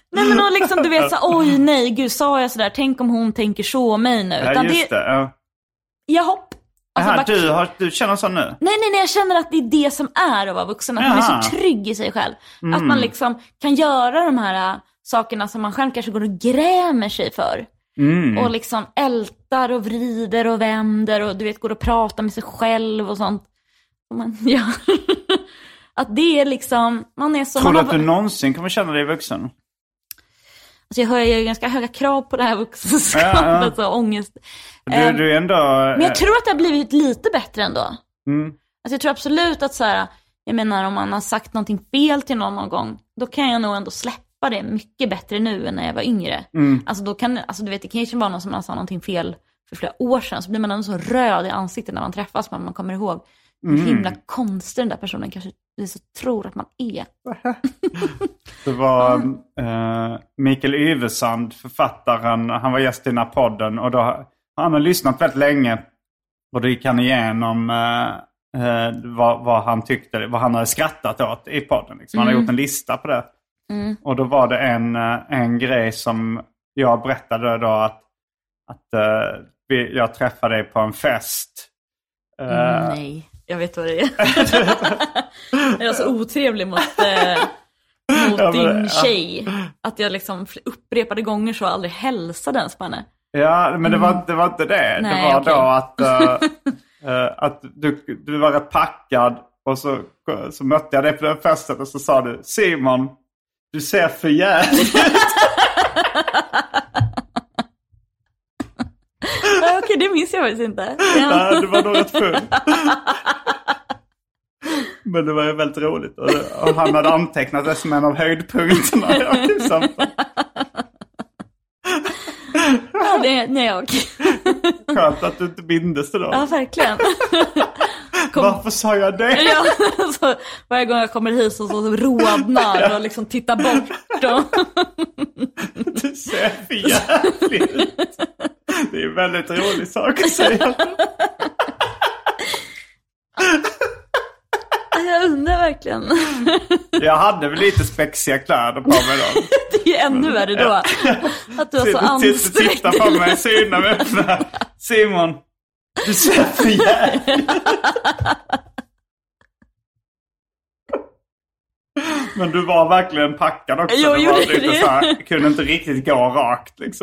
Nej men och liksom du vet så oj nej, gud sa jag sådär, tänk om hon tänker så om mig nu. Ja, Utan just det. det ja. Jag hopp. Alltså, Aha, bara... du, har, du känner så nu? Nej, nej, nej, jag känner att det är det som är att vara vuxen. Att Jaha. man är så trygg i sig själv. Mm. Att man liksom kan göra de här uh, sakerna som man själv kanske går och grämer sig för. Mm. Och liksom ältar och vrider och vänder och du vet, går och pratar med sig själv och sånt. Och man, ja. Att det är liksom, man är så... Tror du har... att du någonsin kommer känna dig vuxen? Alltså jag har ju ganska höga krav på det här vuxenskapet ja, ja. och ångest. Du, du är ändå... Men jag tror att det har blivit lite bättre ändå. Mm. Alltså jag tror absolut att så här, jag menar om man har sagt någonting fel till någon någon gång, då kan jag nog ändå släppa det mycket bättre nu än när jag var yngre. Mm. Alltså då kan, alltså du vet, det kan ju vara någon som har sagt någonting fel för flera år sedan, så blir man ändå så röd i ansiktet när man träffas, men man kommer ihåg hur mm. himla konstig den där personen kanske så tror att man är. Det var eh, Mikael Yvesand, författaren, han var gäst i den här podden och då, han har lyssnat väldigt länge och då gick han igenom eh, eh, vad, vad han tyckte, vad han hade skrattat åt i podden. Liksom. Han mm. har gjort en lista på det. Mm. Och då var det en, en grej som jag berättade då att, att uh, vi, jag träffade dig på en fest. Uh, mm, nej, jag vet vad det är. Jag är så otrevlig mot, uh, mot ja, din men, tjej. Ja. Att jag liksom upprepade gånger så aldrig hälsade ens på henne. Ja, men det var, det var inte det. Nej, det var okay. då att, uh, uh, att du, du var rätt packad och så, så mötte jag dig på den festen och så sa du, Simon, du ser för jävligt. Ja, okej, det minns jag faktiskt inte. Ja. Nej, det var nog rätt full. Men det var ju väldigt roligt. Och, och han hade antecknat det som en av höjdpunkterna. Ja, det är jag. Skönt att du inte bindes det då. Ja, verkligen. Kom... Varför sa jag det? Ja, så varje gång jag kommer hit så, så rodnar och liksom tittar bort. Och... Du ser för jävligt ut. Det är en väldigt rolig sak att säga. Jag undrar verkligen. Jag hade väl lite spexiga kläder på mig då. Det är ännu värre då. Att du var så ansträngd. Titta på mig, syna mig öppna. Simon, du ser för jävligt. Men du var verkligen packad också. Jo, det jo, var det, lite det. Så här, kunde inte riktigt gå rakt liksom.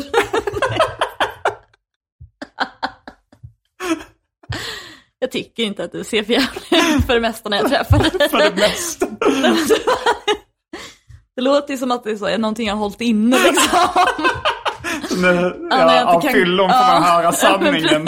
Jag tycker inte att du ser för jävligt för det mesta när jag träffar dig. För det mesta. Det låter ju som att det är, så, är någonting jag har hållit inne liksom. Nu, ja, ja, av kan... fyllon får man ja. höra sanningen.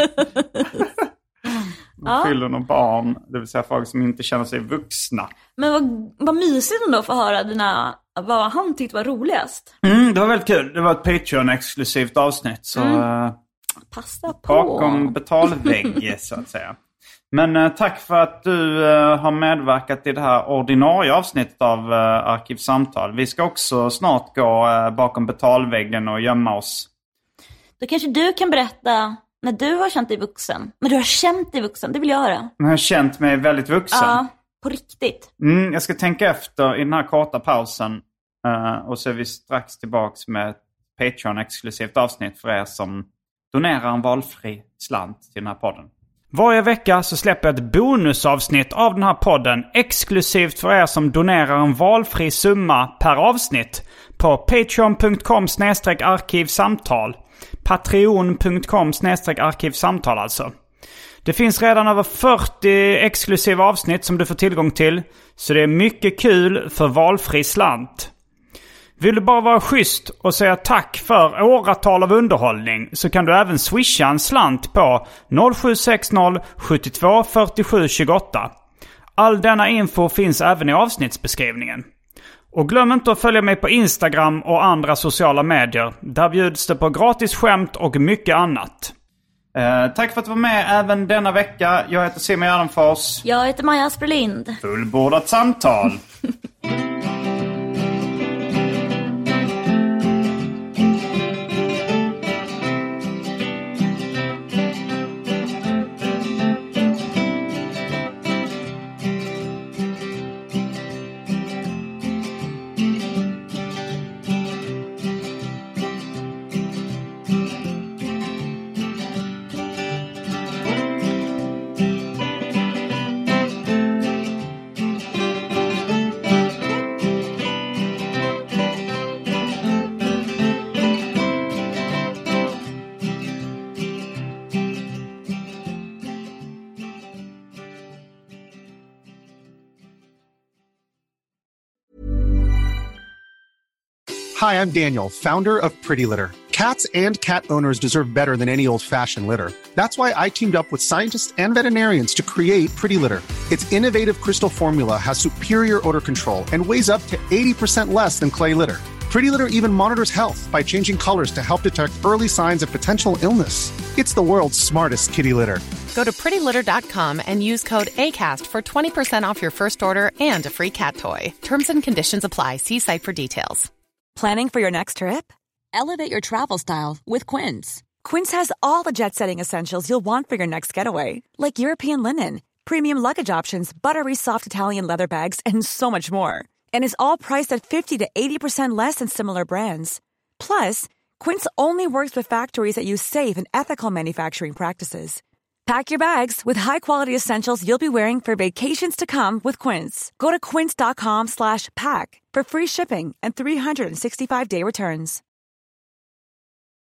Ja. Fyllon och barn, det vill säga folk som inte känner sig vuxna. Men vad, vad mysigt ändå att få höra dina, vad han tyckte var roligast. Mm, det var väldigt kul. Det var ett Patreon-exklusivt avsnitt. Så, mm. Passa på. Bakom betalvägg så att säga. Men eh, tack för att du eh, har medverkat i det här ordinarie avsnittet av eh, Arkivsamtal. Vi ska också snart gå eh, bakom betalväggen och gömma oss. Då kanske du kan berätta när du har känt dig vuxen. Men du har känt dig vuxen, det vill jag höra. Jag har känt mig väldigt vuxen. Ja, på riktigt. Mm, jag ska tänka efter i den här korta pausen. Uh, och så är vi strax tillbaks med ett Patreon-exklusivt avsnitt för er som donerar en valfri slant till den här podden. Varje vecka så släpper jag ett bonusavsnitt av den här podden exklusivt för er som donerar en valfri summa per avsnitt på patreon.com snedstreck arkivsamtal. patreon.com snedstreck arkivsamtal alltså. Det finns redan över fyrtio exklusiva avsnitt som du får tillgång till, så det är mycket kul för valfri slant. Vill du bara vara schysst och säga tack för åratal av underhållning så kan du även swisha en slant på noll sju sex noll sju två fyra sju två åtta. All denna info finns även i avsnittsbeskrivningen. Och glöm inte att följa mig på Instagram och andra sociala medier. Där bjuds det på gratis skämt och mycket annat. Eh, tack för att du var med även denna vecka. Jag heter Simon Gärdenfors. Jag heter Maja Asperlind. Fullbordat samtal. Hi, I'm Daniel, founder of Pretty Litter. Cats and cat owners deserve better than any old-fashioned litter. That's why I teamed up with scientists and veterinarians to create Pretty Litter. Its innovative crystal formula has superior odor control and weighs up to eighty percent less than clay litter. Pretty Litter even monitors health by changing colors to help detect early signs of potential illness. It's the world's smartest kitty litter. Go to pretty litter dot com and use code ACAST for twenty percent off your first order and a free cat toy. Terms and conditions apply. See site for details. Planning for your next trip? Elevate your travel style with Quince. Quince has all the jet-setting essentials you'll want for your next getaway, like European linen, premium luggage options, buttery soft Italian leather bags, and so much more. And is all priced at fifty to eighty percent less than similar brands. Plus, Quince only works with factories that use safe and ethical manufacturing practices. Pack your bags with high-quality essentials you'll be wearing for vacations to come with Quince. Go to quince dot com slash pack for free shipping and three sixty-five day returns.